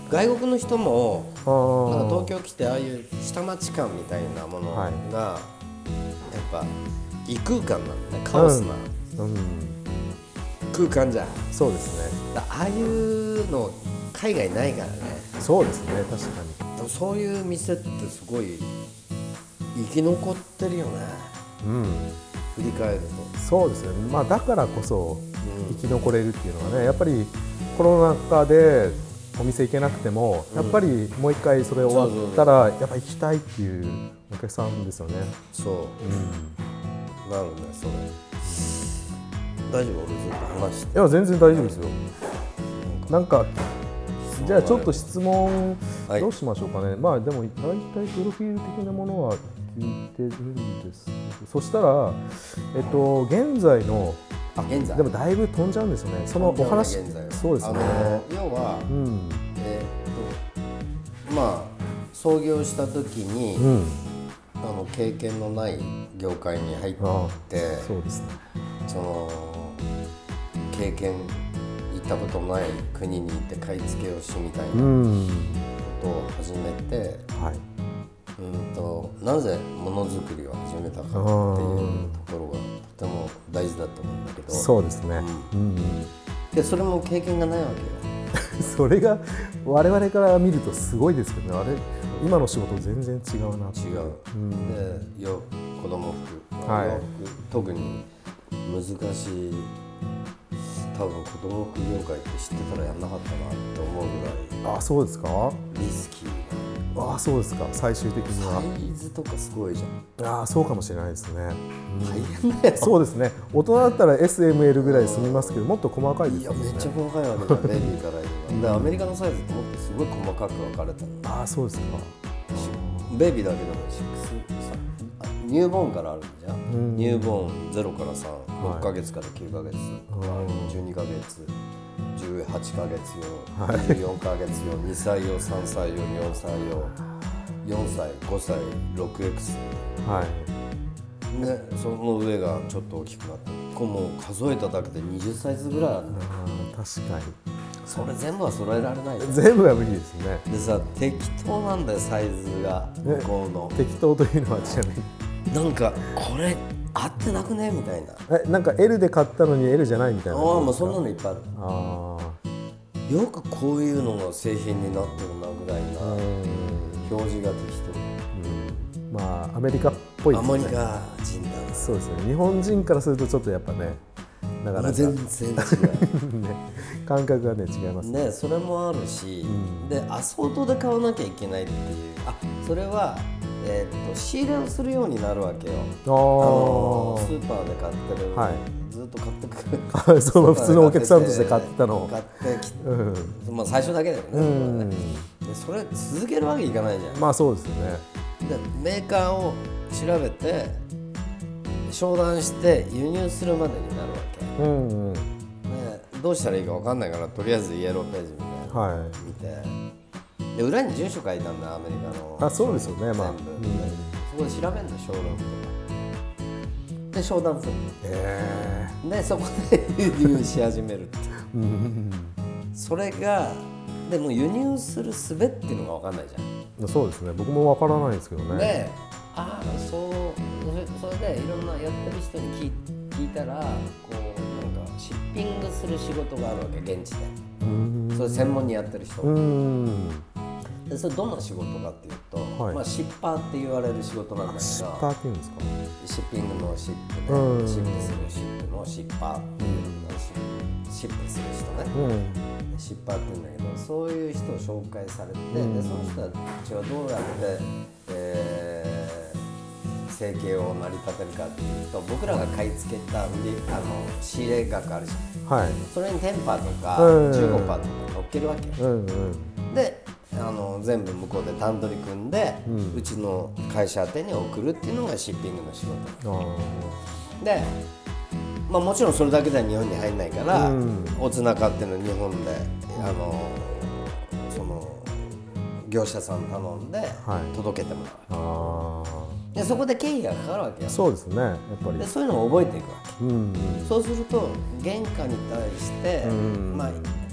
外国の人もあなんか東京来てああいう下町感みたいなものが、 はいやっぱ異空間なんだね、カオスなうん、うん、 空間じゃん。 そうですね。 だああいうの海外ないからね。 そうですね、確かに。 でもそういう店ってすごい生き残ってるよね、 うん、 振り返ると。 そうですね。まあだからこそうん生き残れるっていうのがね、やっぱりコロナ禍でお店行けなくても、やっぱりもう一回それ終わったらやっぱ行きたいっていうお客さんですよね。 そう、 うん、 なるね、それ。大丈夫？俺ずっと話して。 いや全然大丈夫ですよ。なんかじゃあちょっと質問はいどうしましょうかね。まあでも大体プロフィール的なものは聞いてるんですけど、そしたらえっと現在のあ現在でもだいぶ飛んじゃうんですよね。そのお話現在はそうですね。 あの要は、 うんえーっとまあ創業した時に、 うんあの経験のない業界に入ってあそうですね。 その経験行ったことない国に行って買い付けをしみたいなうんことを始めて、 はいうんとなぜものづくりを始めたかっていうところがとても大事だと思うんだけど、 そうですね。うんうんでそれも経験がないわけよ。 それが我々から見るとすごいですけどね。あれ今の仕事全然違うなって違う、 うんでよ子供服、 はい洋服特に難しい、多分子供服業界って知ってたらやんなかったなって思うぐらいあそうですか。 リスキーあそうですか。最終的にな。 はサイズとかすごいじゃん。 あそうかもしれないですね。うん大変だよ。 そうですね。大人だったら エスエムエル ぐらい済みますけど、もっと細かいですよね。 いやめっちゃ細かいわけだよベビーから今でアメリカのサイズってもっとすごい細かく分かれたの。 あそうですか。 ベビーだけでもシックスあニューボーンからあるんじゃん、 うん、 ニューボーンゼロからさん、 はいろっかげつからきゅうかげつ、じゅうにかげつ、じゅうはちかげつ用、 はいにじゅうよんかげつ用、にさい用、さんさい用、よんさい用、よんさい、ごさい、ろくエックス、 はい。 ね、その上がちょっと大きくなってこうもう数えただけでにじゅっサイズぐらいあるんだよ。 あ確かに。 それ全部は揃えられないじゃん。 全部は無理ですね。 でさ適当なんだよサイズが向こうの。 適当というのは違う。 なんかこれ合ってなくねみたいな。 えなんか エル で買ったのに エル じゃないみたいな。 ああもうそんなのいっぱいある。 あよくこういうのが製品になってるなぐらいあ。 な表示が適うんまあアメリカっぽい当。 ですね。 アメリカ人だな。 そうですね。日本人からするとちょっとやっぱね、なかなか全然違う。 ね感覚がね違いますね。 ね、それもあるし、 うんでアソートで買わなきゃいけないっていう、あそれは、えー、と仕入れをするようになるわけよ。あのスーパーで買ってる、 はいずっと買ってくるその普通のお客さんとして買ってたのを買ってきて、 うんまあ、最初だけだよね、 うんでそれ続けるわけいかないじゃん。 まあそうですよね。 でメーカーを調べて商談して輸入するまでになるわけ、 うんうんね、どうしたらいいか分かんないからとりあえずイエローページみたいなのはい。 見て、で裏に住所書いたんだアメリカの。 あそうですよね。まあ。 全部、 うんそこで調べるんだショールームとかで商談するえでそこで輸入し始めるってーうんそれがでも輸入する術っていうのが分かんないじゃん。 そうですね。僕もわからないですけどね。 で、ああそうそれそれでいろんなやってる人に聞い聞いたらこうなんかシッピングする仕事があるわけ現地で。 うんそれ専門にやってる人。 うんでそれどんな仕事かっていうと、 はいまあシッパーって言われる仕事なんだけど、 シッパーっていうんですか。 シッピングのシップね、 うんシップするシップのシッパーっていうのシシップする人ね、 うんシッパーって言うんだけどそういう人を紹介されて、 うんでその人たちはどうやって、えー、生計を成り立てるかっていうと僕らが買い付けた売りあの仕入れ額あるじゃん。 はい。 それに じゅっパーセント とか、 うんじゅうごパーセント とか乗っけるわけ、 うんうんであの全部向こうで段取り組んで、 うんうちの会社宛てに送るっていうのがシッピングの仕事あで、まあ、もちろんそれだけでは日本に入んないから、 うんおつなかっていうのを日本であのその業者さん頼んではい届けてもらう、 あでそこで経費がかかるわけよ。 そうですね。やっぱりでそういうのを覚えていくわけ。 うんそうすると原価に対して、 うんまあ、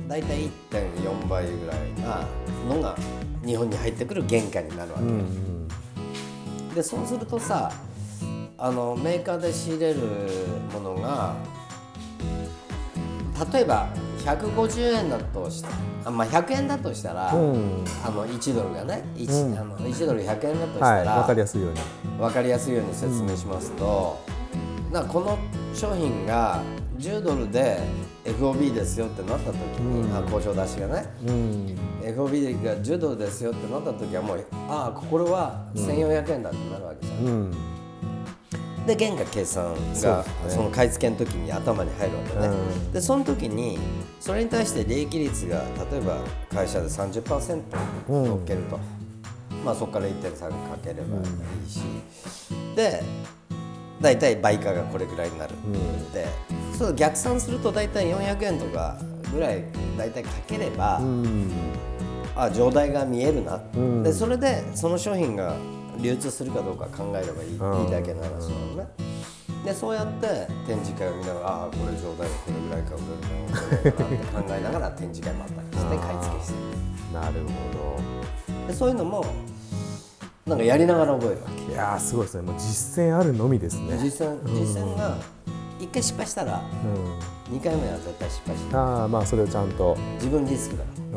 だいたいいってんよんばいぐらいなのが日本に入ってくる原価になるわけ、うんうん、でそうするとさあのメーカーで仕入れるものが例えばひゃくごじゅうえんだとしたら、まあ、ひゃくえんだとしたら、うん、あのいちドルがね いち,、うん、あのいちドルひゃくえんだとしたら、 はい、分かりやすいように分かりやすいように説明しますと、うん、だからこの商品がじゅうドルで エフオービー ですよってなった時に、うん、あ交渉出しがね、うん、エフオービー がじゅうドルですよってなった時はもうああこれはせんよんひゃくえんだってなるわけじゃん、うんで原価計算がその買い付けの時に頭に入るわけね、うん、でその時にそれに対して利益率が例えば会社で さんじゅっパーセント 乗っけると、うん、まあそこから いってんさん かければいいし、うん、でだいたい倍価がこれぐらいになる、うん、でそれ逆算するとだいたいよんひゃくえんとかぐらいだいたいかければ、うん、あ上代が見えるな、うん、でそれでその商品が流通するかどうか考えればいい、うん、いいだけの話なのね。でそうやって展示会を見ながらああこれ上代これぐらいか売れるか売れるかなって考えながら展示会もあったりして買い付けしてなるほどでそういうのもなんかやりながら覚えるわけ。 いやーすごいですね。もう実践あるのみですね。 実践、実践がいっかい失敗したら、うん、にかいめは絶対失敗しない。 ああまあそれをちゃんと自分リスクだから、うん、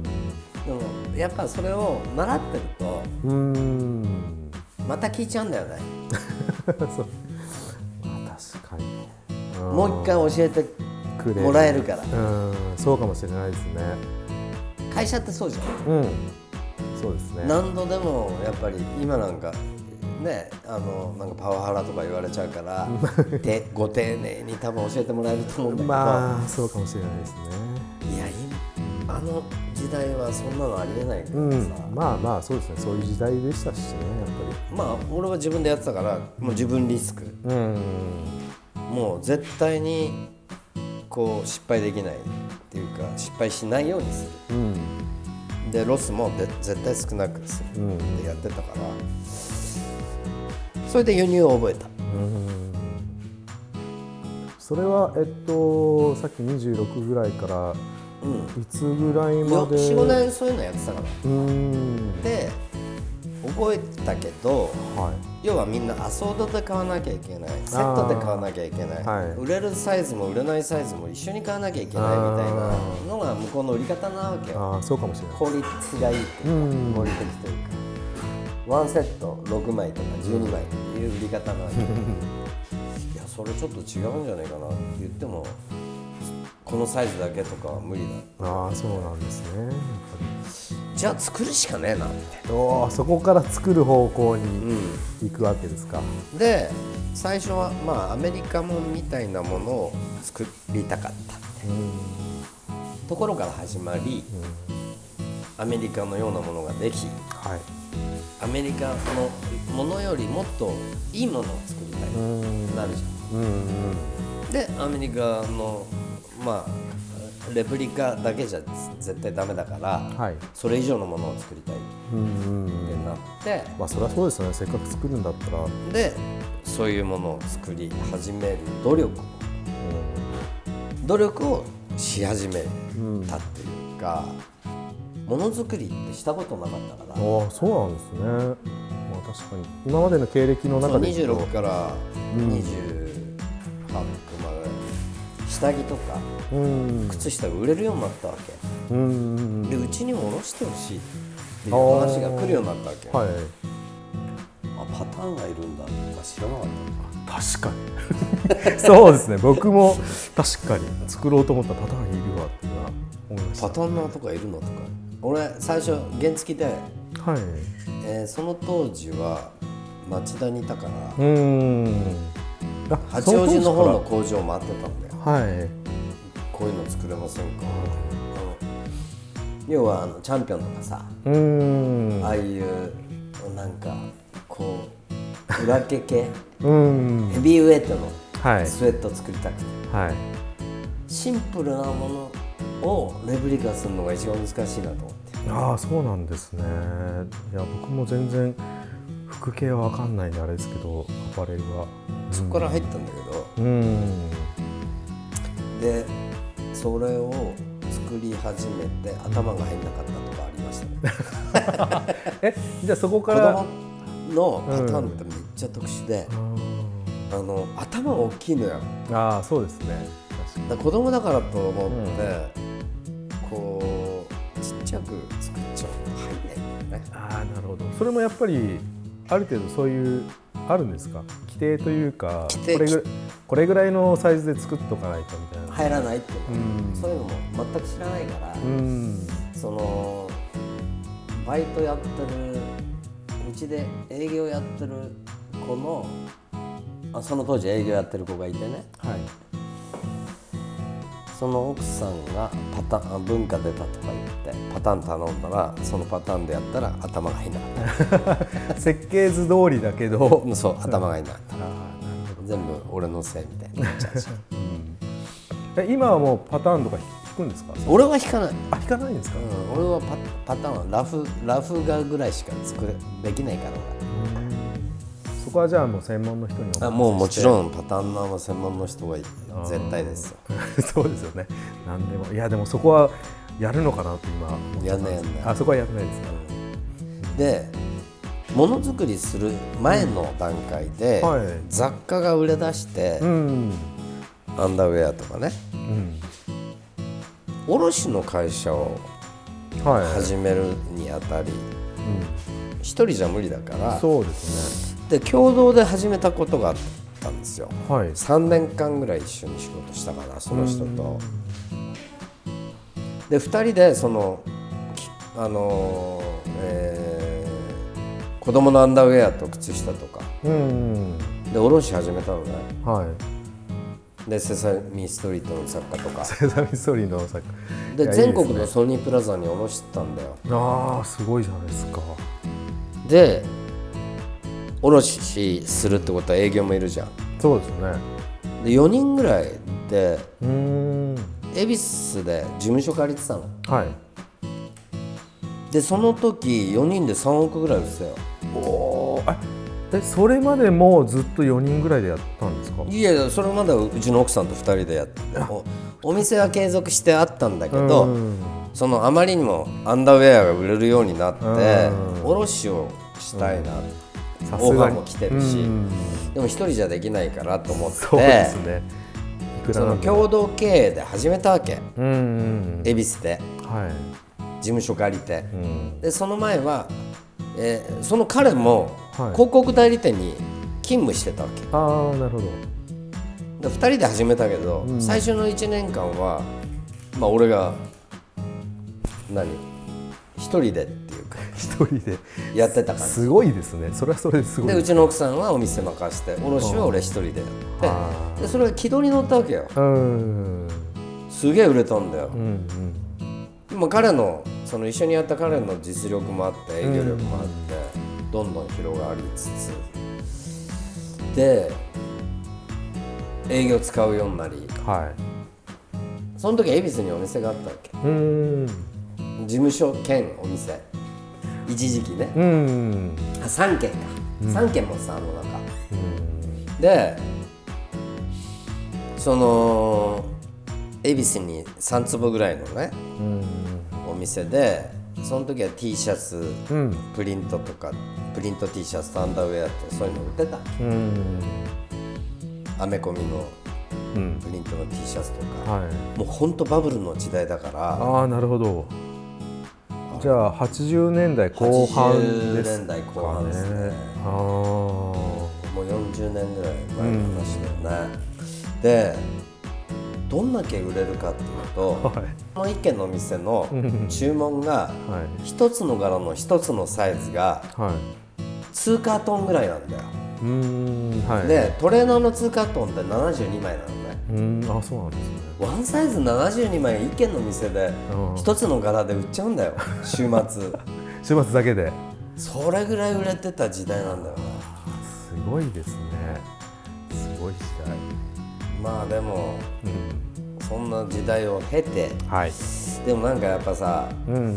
でもやっぱそれを習ってるとうんまた聞いちゃうんだよねそうまあ確かに、 うん、もう一回教えてもらえるから、 うん、そうかもしれないですね。 会社ってそうじゃん、うん、 そうですね。 何度でもやっぱり今なんかねあのなんかパワハラとか言われちゃうからでご丁寧に多分教えてもらえると思うんだけどまあそうかもしれないですね。 いや今あの時代はそんなのありえないからさ、うん、 まあまあそうですねそういう時代でしたしねやっぱりまあ俺は自分でやってたからもう自分リスク、うん、もう絶対にこう失敗できないっていうか失敗しないようにする、うん、でロスもで絶対少なくするってやってたから、うん、それで輸入を覚えた、うん、 それはえっとさっきにじゅうろくぐらいからいつぐらいまで よん、 ごねんそういうのやってたからうんで覚えたけど、はい、要はみんなアソードで買わなきゃいけないセットで買わなきゃいけない、はい、売れるサイズも売れないサイズも一緒に買わなきゃいけないみたいなのが向こうの売り方なわけよ。 あそうかもしれない。 効率がいいっていうか合理的というかワンセットろくまいとかじゅうにまいっていう売り方なわけいやそれちょっと違うんじゃないかなって言ってもこのサイズだけとかは無理だ。 ああそうなんですね。やっぱりじゃあ作るしかねえなみたいな。 おそこから作る方向に行くわけですか、 うん、で最初はまあアメリカもんみたいなものを作りたかった、うん、ところから始まり、うん、アメリカのようなものができ、はい、アメリカのものよりもっといいものを作りたいってなるじゃん、うんうん、でアメリカのまあレプリカだけじゃ絶対ダメだから、はい、それ以上のものを作りたいってなって、 まあそれはそうですよね。せっかく作るんだったらでそういうものを作り始める努力を、うん、努力をし始めたっていうか、うん、ものづくりってしたことなかったから。 ああそうなんですね。まあ確かに今までの経歴の中でにじゅうろくからにじゅうはちまで下着とか靴下が売れるようになったわけ、うんうん、でうちにも下ろしてほしいっていう話が来るようになったわけ、はい、あパターンがいるんだとか知らなかった。 確かにそうですね。僕も確かに作ろうと思ったらパターンいるわって思いました。 パターンナーとかいるのとか俺最初原付で、はいえー、その当時は町田にいたからうーん八王子の方の工場回ってたんだよ。はい、こういうの作れませんか。要はあのチャンピオンとかさうーんああいうなんかこう裏毛系うんヘビーウェイトのスウェット作りたくて、はい、シンプルなものをレプリカするのが一番難しいなと思って。 ああそうなんですね。いや僕も全然服系は分かんないんであれですけどアパレルは、 うん、そこから入ったんだけどうんでそれを作作り始めて頭が入んなかったとかありましたねえじゃあそこか子ら供のパターンってめっちゃ特殊で、あの頭が大きいのよ。 ああそうですね。確かだから子供だからと思って、うん、こうちっちゃく作っちゃうと入んないんだよね。 ああなるほど。それもやっぱりある程度そういうあるんですか、規定というか、これぐこれぐらいのサイズで作っとかないとみたいな。 入らないっていうの、うん、そういうのも全く知らないから、うん、そのバイトやってるうちで営業やってる子のあその当時営業やってる子がいてね、はい、その奥さんがパターン文化出たとか言ってパターン頼んだらそのパターンでやったら頭が入んなかった設計図通りだけどそう頭が入んなかった、あなるほど全部俺のせいみたいになっちゃうし、 うん、今はもうパターンとか引くんですか？ 俺は引かない。 あ引かないんですか？ うん、俺は パ, パターンはラフラフ画ぐらいしか作れできないから俺。 そこはじゃあもう専門の人にあもうもちろんパターンナーは専門の人が絶対ですよそうですよね。なんでもいやでもそこはやるのかなって今やんないやんない。 あそこはやらないですか？ うん、でものづくりする前の段階で、うんはい、雑貨が売れ出して、うん、アンダーウェアとかね、うん、卸の会社を始めるにあたり、はいうん、一人じゃ無理だからそうですね。 で共同で始めたことがあったんですよ、はい、さんねんかんぐらい一緒に仕事したかなその人と。でふたりでそのあの、えー、子供のアンダーウェアと靴下とかで卸し始めたのね、はい、でセサミストリートの作家とかセサミストリートの作家で全国のソニープラザに卸してたんだよ。 ああすごいじゃないですか。 で卸しするってことは営業もいるじゃん。 そうですね。 でよにんぐらいでうーん恵比寿で事務所借りてたの。はい。でその時よにんでさんおくぐらい売ってたよ。 おーえそれまでもずっとよにんぐらいでやったんですか？ いやいやそれまではうちの奥さんとふたりでやってお, お店は継続してあったんだけどそのあまりにもアンダーウェアが売れるようになって卸をしたいなって。オファーも来てるし、でも一人じゃできないからと思ってそうですね。その共同経営で始めたわけ、うんうん、恵比寿で、はい、事務所借りて、うん、でその前は、えー、その彼も広告代理店に勤務してたわけ、 はい、ああなるほど。 でふたりで始めたけど、うん、最初のいちねんかんは、まあ、俺が何一人でっていうか一人でやってた感じ。 すごいですね。それはそれですごい。 でうちの奥さんはお店任して卸は俺一人でやってでそれが軌道に乗ったわけよ。うんすげえ売れたんだよ、うんうん、でも彼のその一緒にやった彼の実力もあって営業力もあって、うん、どんどん広がりつつで営業使うようになり、はい、その時恵比寿にお店があったわけ。うん事務所兼お店一時期ね、うん、さんけんか、うん、さんけんもさあの中、うん、でその恵比寿にさんつぼぐらいのね、うん、お店でその時は T シャツ、うん、プリントとかプリント T シャツとアンダーウェアってそういうの売ってた、うん、アメコミのプリントの T シャツとか、はい、もうほんとバブルの時代だから。 ああなるほど。じゃあはちじゅうねんだいこう半ですかね。はちじゅうねんだいこう半ですね。あもうよんじゅうねんぐらい前の話だよね、うん、でどんだけ売れるかっていうと、はい、この一軒のお店の注文が一つの柄の一つのサイズがにカートンぐらいなんだよ。うーん、はい、でトレーナーのにカートンってななじゅうにまいなのね。 うーんあそうなんですね。 ワンサイズななじゅうにまい一軒の店で一つの柄で売っちゃうんだよ週末週末だけで。 それぐらい売れてた時代なんだよな。 すごいですね。すごい時代。 まあでも、うん、そんな時代を経て、はい、でもなんかやっぱさ、うんうん、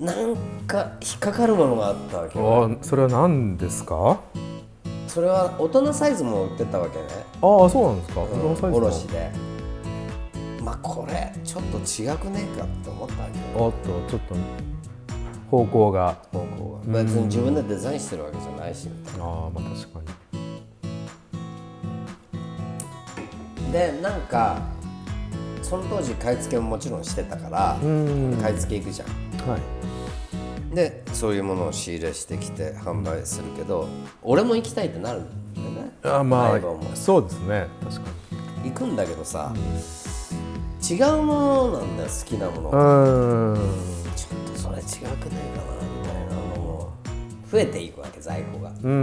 なんか引っかかるものがあったわけよ、ね、 あそれは何ですか？ それは大人サイズも売ってたわけね。 ああそうなんですか。大人サイズ卸でまあこれちょっと違くねえかって思ったわけ。 おっとちょっと方向が方向が別に自分でデザインしてるわけじゃないしみたいな。 ああまあ確かに。 でなんかその当時買い付けももちろんしてたから買い付け行くじゃん、はい、でそういうものを仕入れしてきて販売するけど、俺も行きたいってなるんだよね。 あまあそうですね、確かに行くんだけどさ、違うものなんだよ、好きなものが。ちょっとそれ違くねえかなみたいなのも増えていくわけ、在庫が。うん、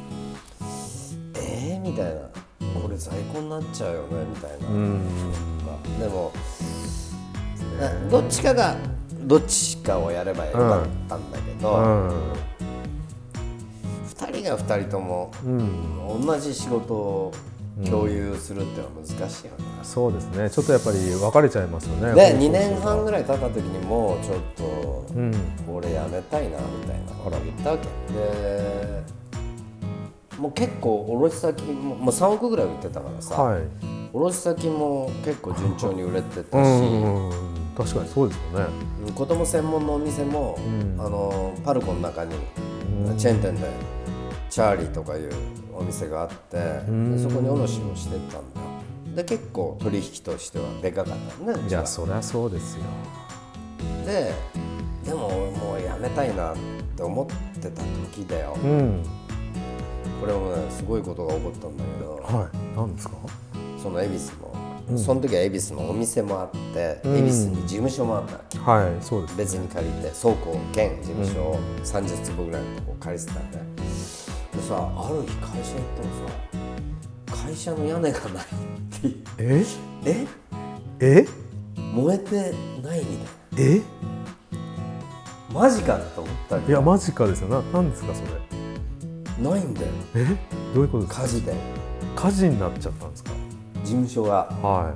えーみたいな、これ在庫になっちゃうよねみたいな、うん、でもどっちかがどっちかをやればよかったんだけど、うんうん、ふたりがふたりとも同じ仕事を共有するっていうのは難しいよね、 うん、そうですね、ちょっとやっぱり分かれちゃいますよね。 でにねんはんぐらい経った時にもうちょっと、うん、俺やめたいなみたいなこと言ったわけで、もう結構卸先ももうさんおくぐらい売ってたからさ、はい、卸先も結構順調に売れてたし、うんうん、 確かにそうですよね。 子供専門のお店も、うん、あのパルコの中に、うん、チェーン店でチャーリーとかいうお店があって、うん、でそこに卸をしてたんだよ。で結構取引としてはでかかったね。 いやそりゃそうですよ。 ででも俺もうやめたいなって思ってた時だよ、うん、これもねすごいことが起こったんだけど、 はい、何ですか？ その恵比寿の、うん、その時は恵比寿のお店もあって、うん、恵比寿に事務所もあったわけ、 はい、そうですね、 別に借りて倉庫兼事務所をさんじゅっつぼぐらいのとこ借りてたんで、でさ、ある日会社行ってもさ、会社の屋根がないってえええ燃えてないみたいな、 えマジかと思ったけど、 いやマジかですよ。な、なんですかそれ。 ないんだよ。 えどういうことですか？ 火事で火事になっちゃったんですか？ 事務所が、はい、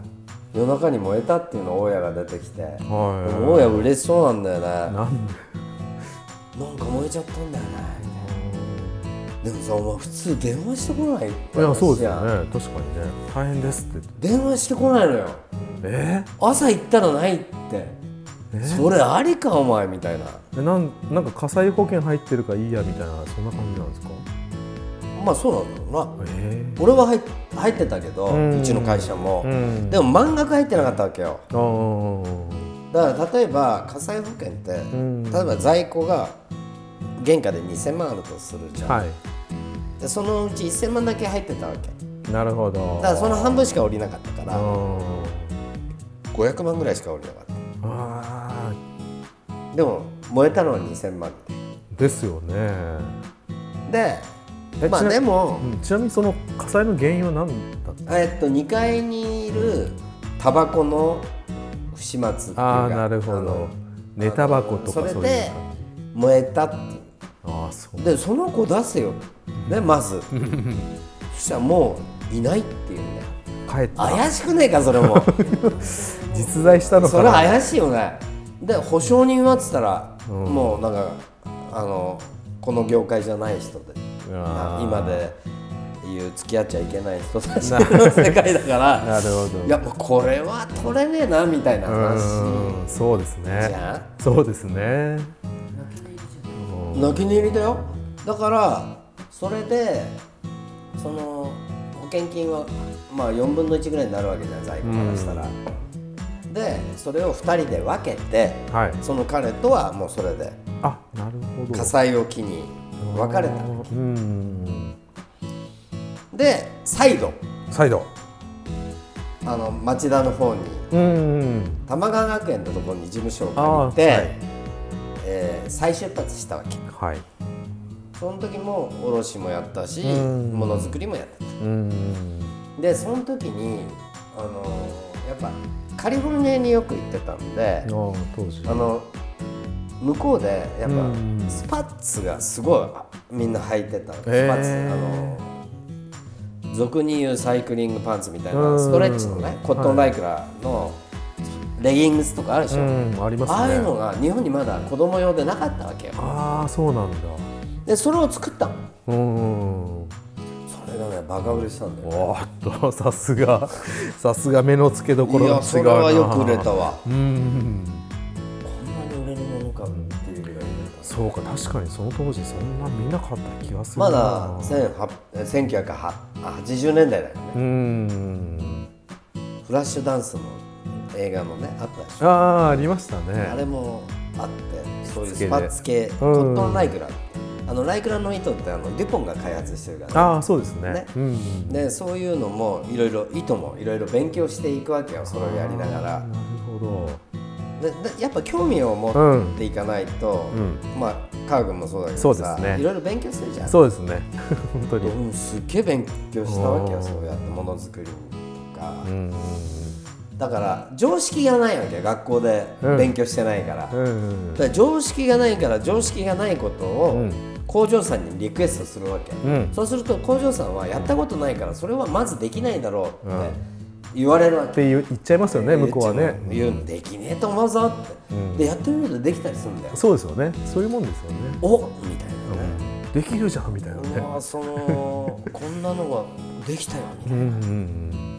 夜中に燃えたっていうのを大家が出てきて、はい、大家嬉しそうなんだよね。 なんでなんか燃えちゃったんだよね。でもさ、お前普通電話してこないって話。 いやそうですよね、確かにね、大変ですって電話してこないのよ。 え朝行ったらないって、えそれありかお前みたいな。 えなん、なんか火災保険入ってるからいいやみたいな、そんな感じなんですか？ まあそうなんだろうな、えー、俺は 入, 入ってたけど、うん、うちの会社も、うん、でも満額入ってなかったわけよ。だから例えば火災保険って、うん、例えば在庫が原価でにせんまんあるとするじゃん、はい、でそのうちせんまんだけ入ってたわけ。 なるほど。 だからその半分しか降りなかったからごひゃくまんぐらいしか降りなかった。あでも燃えたのはにせんまんですよね。 でまあでも、 うん、ちなみにその火災の原因は何だった？ えっとにかいにいるタバコの不始末っていうか、 あなるほど、寝タバコとかそういう感じ。 それで燃えたっていう。あそうでその子出せよ、ね、まずそしたらもういないって言うんだよ。 帰った。 怪しくねえかそれも実在したのかな。 それ怪しいよね。で保証人はっつったら、うん、もうなんかあのこの業界じゃない人で今でいう付き合っちゃいけない人たちの世界だからなるほど。 いやもうこれは取れねえなみたいな話。 うんそうですね。 じゃんそうですね。 泣き寝入りだよ。だからそれでその保険金はまあよんぶんのいちぐらいになるわけじゃん、在庫からしたら。でそれをふたりで分けて、はい、その彼とはもうそれであなるほど火災を機に別れたわけ。うんで再度再度あの町田の方に玉川学園のところに事務所を借りて、はいえー、再出発したわけ、はい、その時も卸もやったしものづくりもやってた。うんでその時に、あのー、やっぱカリフォルニアによく行ってたんで、当時あの向こうでやっぱスパッツがすごいみんな履いてた。スパッツ、あの俗に言うサイクリングパンツみたいなストレッチのねコットンライクラのレギングスとかあるでしょ。 ありますね。 ああいうのが日本にまだ子供用でなかったわけよ。 ああそうなんだ。 でそれを作ったの。うんそれがねバカ売れしたんだよ、ね、 おーっとさすがさすが目の付けどころが違うな。 いやそれはよく売れたわ。 うん、 こんなに売れるものかっていうぐらい売れた。 そうか、確かにその当時そんな見なかった気がするな。 まだせんきゅうひゃくはちじゅうねんだいだよね。 うん、 フラッシュダンスの映画もねあったでしょ。 ああありましたね。 あれもあって、そういうスパッツ系、コットンライクラ、あのライクラの糸ってあのデュポンが開発してるから、ね、 ああそうですね。 ね、 うん、 でそういうのもいろいろ糸もいろいろ勉強していくわけよ、それをやりながら。 なるほど。 ででやっぱ興味を持っていかないと、うん、まあ科学もそうだけどさ、ね、いろいろ勉強するじゃん。 そうですね本当に、 うん、すっげえ勉強したわけよ、そうやってものづくりとか、うん、だから常識がないわけよ、学校で勉強してないから、うんうん、だから常識がないから常識がないことを、うん、工場さんにリクエストするわけ、うん、そうすると工場さんはやったことないからそれはまずできないだろうって、うん言われるわけって言っちゃいますよね、向こうはね。 言うんできねえと思うぞって、うん、でやってみるとできたりするんだよ。 そうですよね、そういうもんですよね。 おみたいなね、 うん、できるじゃんみたいなね。 うわそのこんなのができたよみたいな、うんうんうん、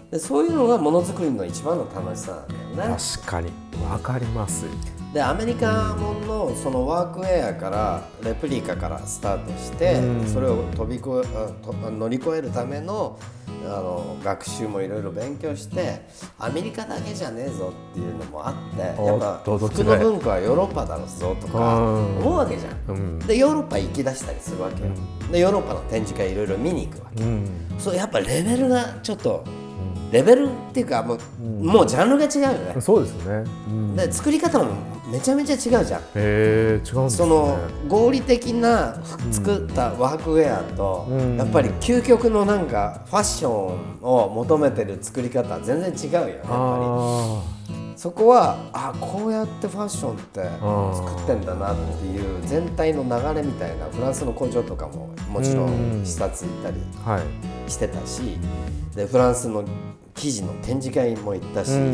でそういうのがものづくりの一番の楽しさなんだよね。 確かにわかります。 でアメリカもんのそのワークウェアからレプリカからスタートして、うん、それを飛び越え乗り越えるためのあの学習もいろいろ勉強してアメリカだけじゃねえぞっていうのもあって、やっぱ服の文化はヨーロッパだろぞとか思うわけじゃん、うん、でヨーロッパ行き出したりするわけよ、うん、でヨーロッパの展示会いろいろ見に行くわけ、うん、そうやっぱレベルがちょっとレベルっていうかもう、うん、もうジャンルが違うよね。 そうですね、うん、 で作り方もめちゃめちゃ違うじゃん。 へー、違うんですね。 その合理的な作ったワークウェアと、うん、やっぱり究極のなんかファッションを求めてる作り方は全然違うよね。やっぱりそこはあこうやってファッションって作ってんだなっていう全体の流れみたいな、フランスの工場とかももちろん視察行ったりしてたし、うん、でフランスの生地の展示会も行ったし、うん、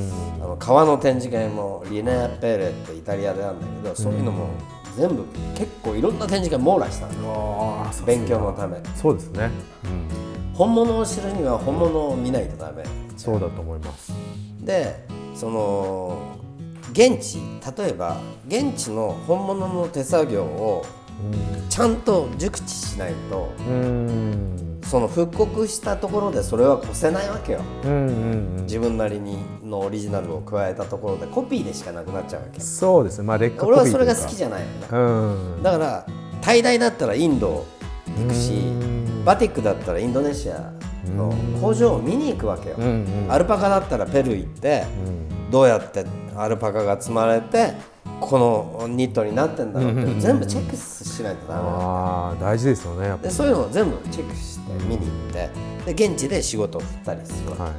あの革の展示会もリネア・ペーレってイタリアであるんだけど、そういうのも全部結構いろんな展示会網羅したの、うん、勉強のため。 そうですね、うん、 本物を知るには本物を見ないとダメ。 そうだと思います。 でその現地、例えば現地の本物の手作業をちゃんと熟知しないと、うんその復刻したところでそれは越せないわけよ、うんうんうん、自分なりにのオリジナルを加えたところでコピーでしかなくなっちゃうわけ。 そうですね、まあ、劣化コピーというか俺はそれが好きじゃないんだ、うん、だから大々だったらインド行くし、バティックだったらインドネシアの工場を見に行くわけよ、うんうん、アルパカだったらペルー行って、うん、どうやってアルパカが積まれてこのニットになってんだろうって、うん、全部チェックしないとダメだ。 あ大事ですよね。やっぱでそういうのを全部チェックして見に行って、で現地で仕事を振ったりするわけ、はい、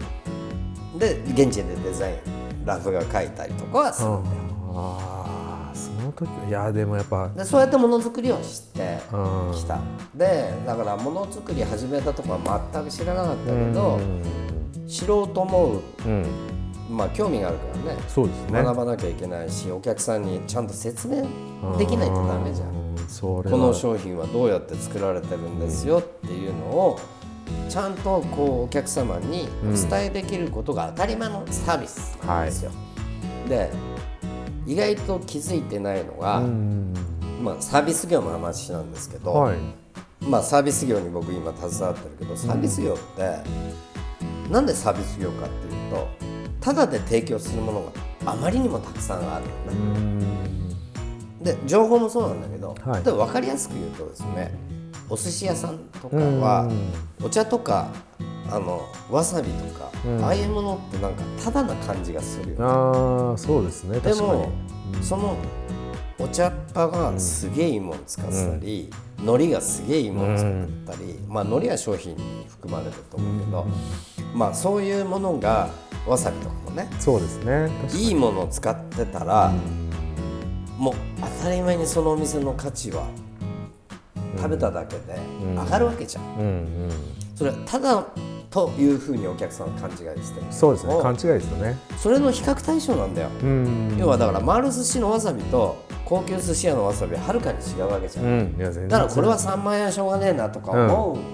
で現地でデザインラフが描いたりとかはするんだよ。 あその時いやでもやっぱでそうやってものづくりをしてきた。でだからものづくり始めたとこは全く知らなかったけど、知ろうと思う、うんまあ、興味があるからね。 そうですね、 学ばなきゃいけないし、お客さんにちゃんと説明できないとダメじゃん。それこの商品はどうやって作られてるんですよっていうのをちゃんとこうお客様にお伝えできることが当たり前のサービスなんですよ、うんはい、で意外と気づいてないのが、まあ、サービス業の話なんですけど、はいまあ、サービス業に僕今携わってるけど、サービス業ってなんでサービス業かっていうと、ただで提供するものがあまりにもたくさんあるよね。で情報もそうなんだけど、はい、例えば分かりやすく言うとですね、お寿司屋さんとかはお茶とかあのわさびとか、うん、ああいうものってなんかただな感じがするよね。 あそうですね。 でも、うん、そのお茶っ葉がすげえいいもの使ってたり、うん、海苔がすげえいいもの使ってたり、うん、まあ海苔は商品に含まれてると思うけど、うん、まあそういうものがわさびとかもね、 そうですね、 いいものを使ってたら、うん、もう当たり前にそのお店の価値は食べただけで上がるわけじゃん、うんうんうん、それはただというふうにお客さんは勘違いしてる。 そうですね、勘違いですよね。 それの比較対象なんだよ、うん、要はだから回る寿司のわさびと高級寿司屋のわさびははるかに違うわけじゃん、うん、いや全然だからこれはさんまん円はしょうがねえなとか思う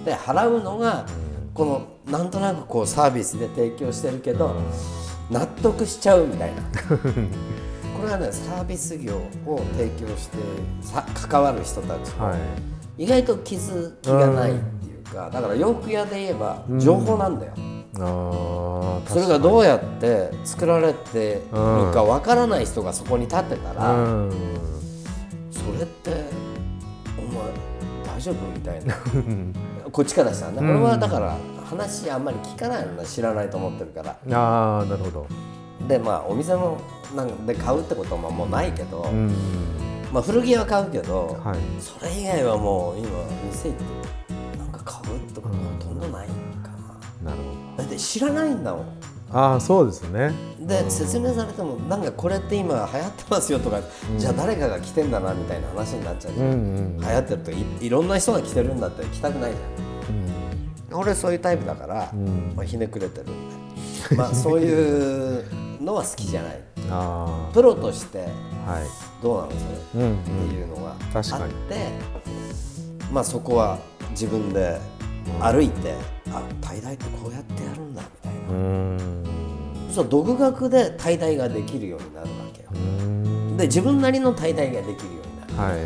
って払うのが、このなんとなくこうサービスで提供してるけど、納得しちゃうみたいなこれはねサービス業を提供してさ関わる人たちも意外と気づきがないっていうか、だから洋服屋で言えば情報なんだよ、うん、あそれがどうやって作られてるかわからない人がそこに立ってたら、うん、それってお前大丈夫みたいなこっちからしたらね、うん、俺はだから話あんまり聞かないのね、知らないと思ってるから。 ああなるほど。 でまあお店のなんで買うってことももうないけど、うん、まあ古着は買うけど、はい、それ以外はもう今店行ってなんか買うってことほとんどないかな。なるほど。だって知らないんだもん。 ああそうですね。 で説明されてもなんかこれって今流行ってますよとか、うん、じゃあ誰かが着てんだなみたいな話になっちゃうじゃん、うんうん、流行ってると い, いろんな人が着てるんだって着たくないじゃん、うん、俺そういうタイプだから、うんまあ、ひねくれてるんでまあそういうのは好きじゃないあプロとしてどうなのそれ、はい、っていうのがあって、うんうん、まあそこは自分で歩いて、うん、あタイダイってこうやってやるんだみたいな、うんそう独学でタイダイができるようになるわけよ。うんで自分なりのタイダイができるようになる、はい、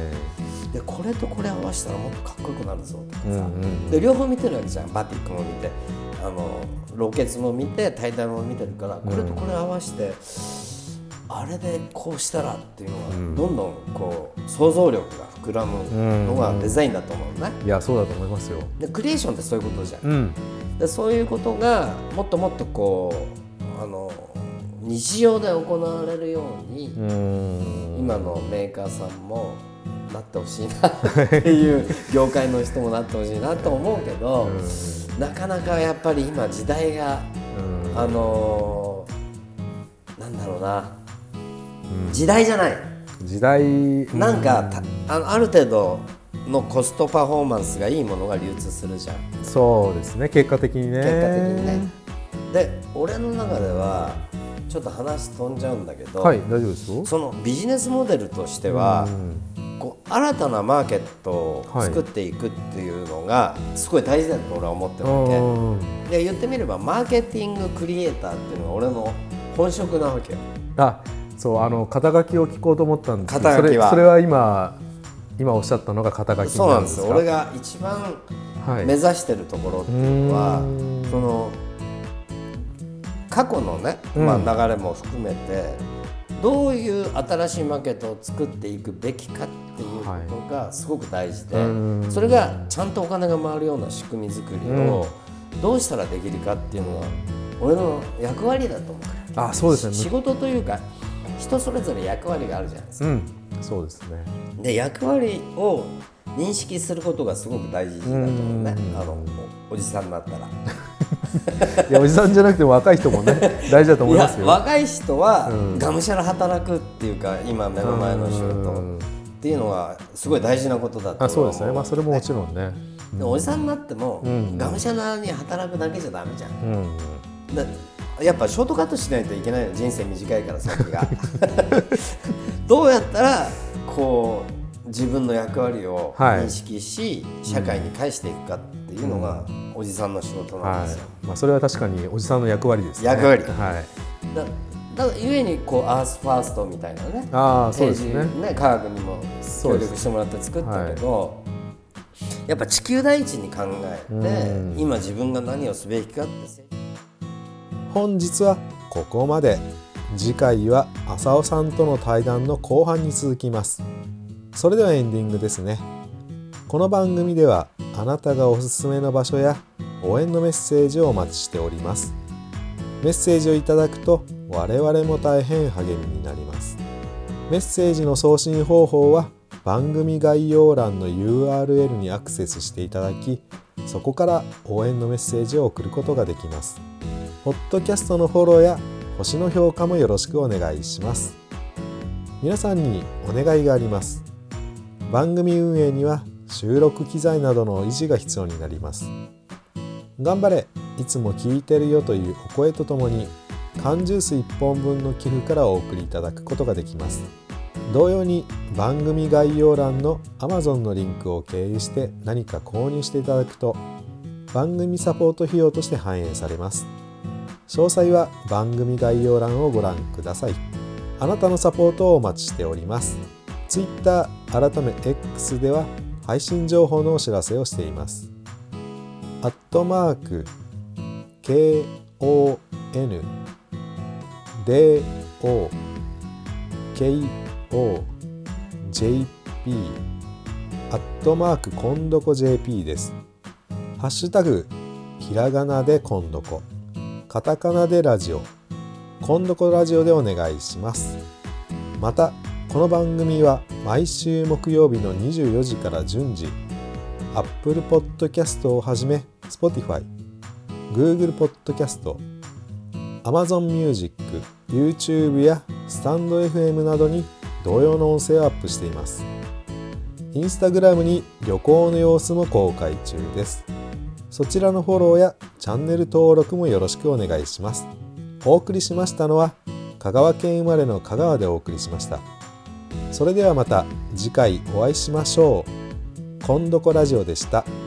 でこれとこれ合わせたらもっとかっこよくなるぞとかさ、うんうん、で両方見てるわけじゃん。バティックも見てあのロケツも見てタイダイも見てるから、これとこれ合わせて、うん、あれでこうしたらっていうのが、うん、どんどんこう想像力が膨らむのがデザインだと思うね、うんうん、 いやそうだと思いますよ。 でクリエーションってそういうことじゃん、うん、でそういうことがもっともっとこうあの日常で行われるようにうん今のメーカーさんもなってほしいなっていう業界の人もなってほしいなと思うけどなかなかやっぱり今時代があのなんだろうな時代じゃない時代なんかあのある程度のコストパフォーマンスがいいものが流通するじゃん。 そうですね結果的にね結果的にね。で俺の中ではちょっと話飛んじゃうんだけど、 はい、大丈夫ですよ。 そのビジネスモデルとしては、こう新たなマーケットを作っていくっていうのがすごい大事だと俺は思ってるわけで、言ってみればマーケティングクリエイターっていうのが俺の本職なわけよ。 あ、そうあの肩書きを聞こうと思ったんですけど、 肩書きはそれ、それは今今おっしゃったのが肩書きなんですか？ そうなんですよ。俺が一番目指してるところっていうのは、はい、その過去のね、まあ、流れも含めて、うん、どういう新しいマーケットを作っていくべきかっていうことがすごく大事で、はい、それがちゃんとお金が回るような仕組み作りをどうしたらできるかっていうのは俺の役割だと思う。 あ、そうですね。 仕事というか人それぞれ役割があるじゃないですか、うん、 そうですね。 で役割を認識することがすごく大事だと思うね。あのおじさんになったらいやおじさんじゃなくても若い人もね大事だと思いますよ。 いや若い人はがむしゃら働くっていうか、今目の前の仕事っていうのはすごい大事なことだと思う。 あ、そうですね、まあ、それももちろんね。 でおじさんになってもがむしゃらに働くだけじゃダメじゃん、うん、でやっぱショートカットしないといけないの。人生短いから先がどうやったらこう自分の役割を認識し、はい、社会に返していくかっていうのがおじさんの仕事なんですよ、はい、 まあ、それは確かにおじさんの役割ですね。 役割、 はい、 だだからゆえにこうアースファーストみたいなね、 あ、そうですね、 ページね、科学にも協力してもらって作ったけど、はい、やっぱ地球第一に考えて今自分が何をすべきかって。 本日はここまで。次回は浅尾さんとの対談の後半に続きます。それではエンディングですね。この番組ではあなたがおすすめの場所や応援のメッセージをお待ちしております。メッセージをいただくと我々も大変励みになります。メッセージの送信方法は番組概要欄の ユーアールエル にアクセスしていただき、そこから応援のメッセージを送ることができます。ポッドキャストのフォローや星の評価もよろしくお願いします。皆さんにお願いがあります。番組運営には収録機材などの維持が必要になります。頑張れ、いつも聞いてるよというお声とともに缶ジュースいっぽんぶんの寄付からお送りいただくことができます。 同様に番組概要欄の Amazon のリンクを経由して何か購入していただくと番組サポート費用として反映されます。詳細は番組概要欄をご覧ください。あなたのサポートをお待ちしております。Twitter 改め X では配信情報のお知らせをしています。アットマーク ケーオーエヌ ディーオー ケーオー ジェーピー アットマークこんどこ ジェーピー です。ハッシュタグひらがなでこんどこ、カタカナでラジオ、こんどこラジオでお願いします。またこの番組は毎週木曜日のにじゅうよじから順次 Apple Podcast をはじめ Spotify、Google Podcast、Amazon Music、YouTube やスタンド エフエム などに同様の音声をアップしています。インスタグラムに旅行の様子も公開中です。そちらのフォローやチャンネル登録もよろしくお願いします。お送りしましたのは香川県生まれの香川でお送りしました。それではまた次回お会いしましょう。こんどこラジオでした。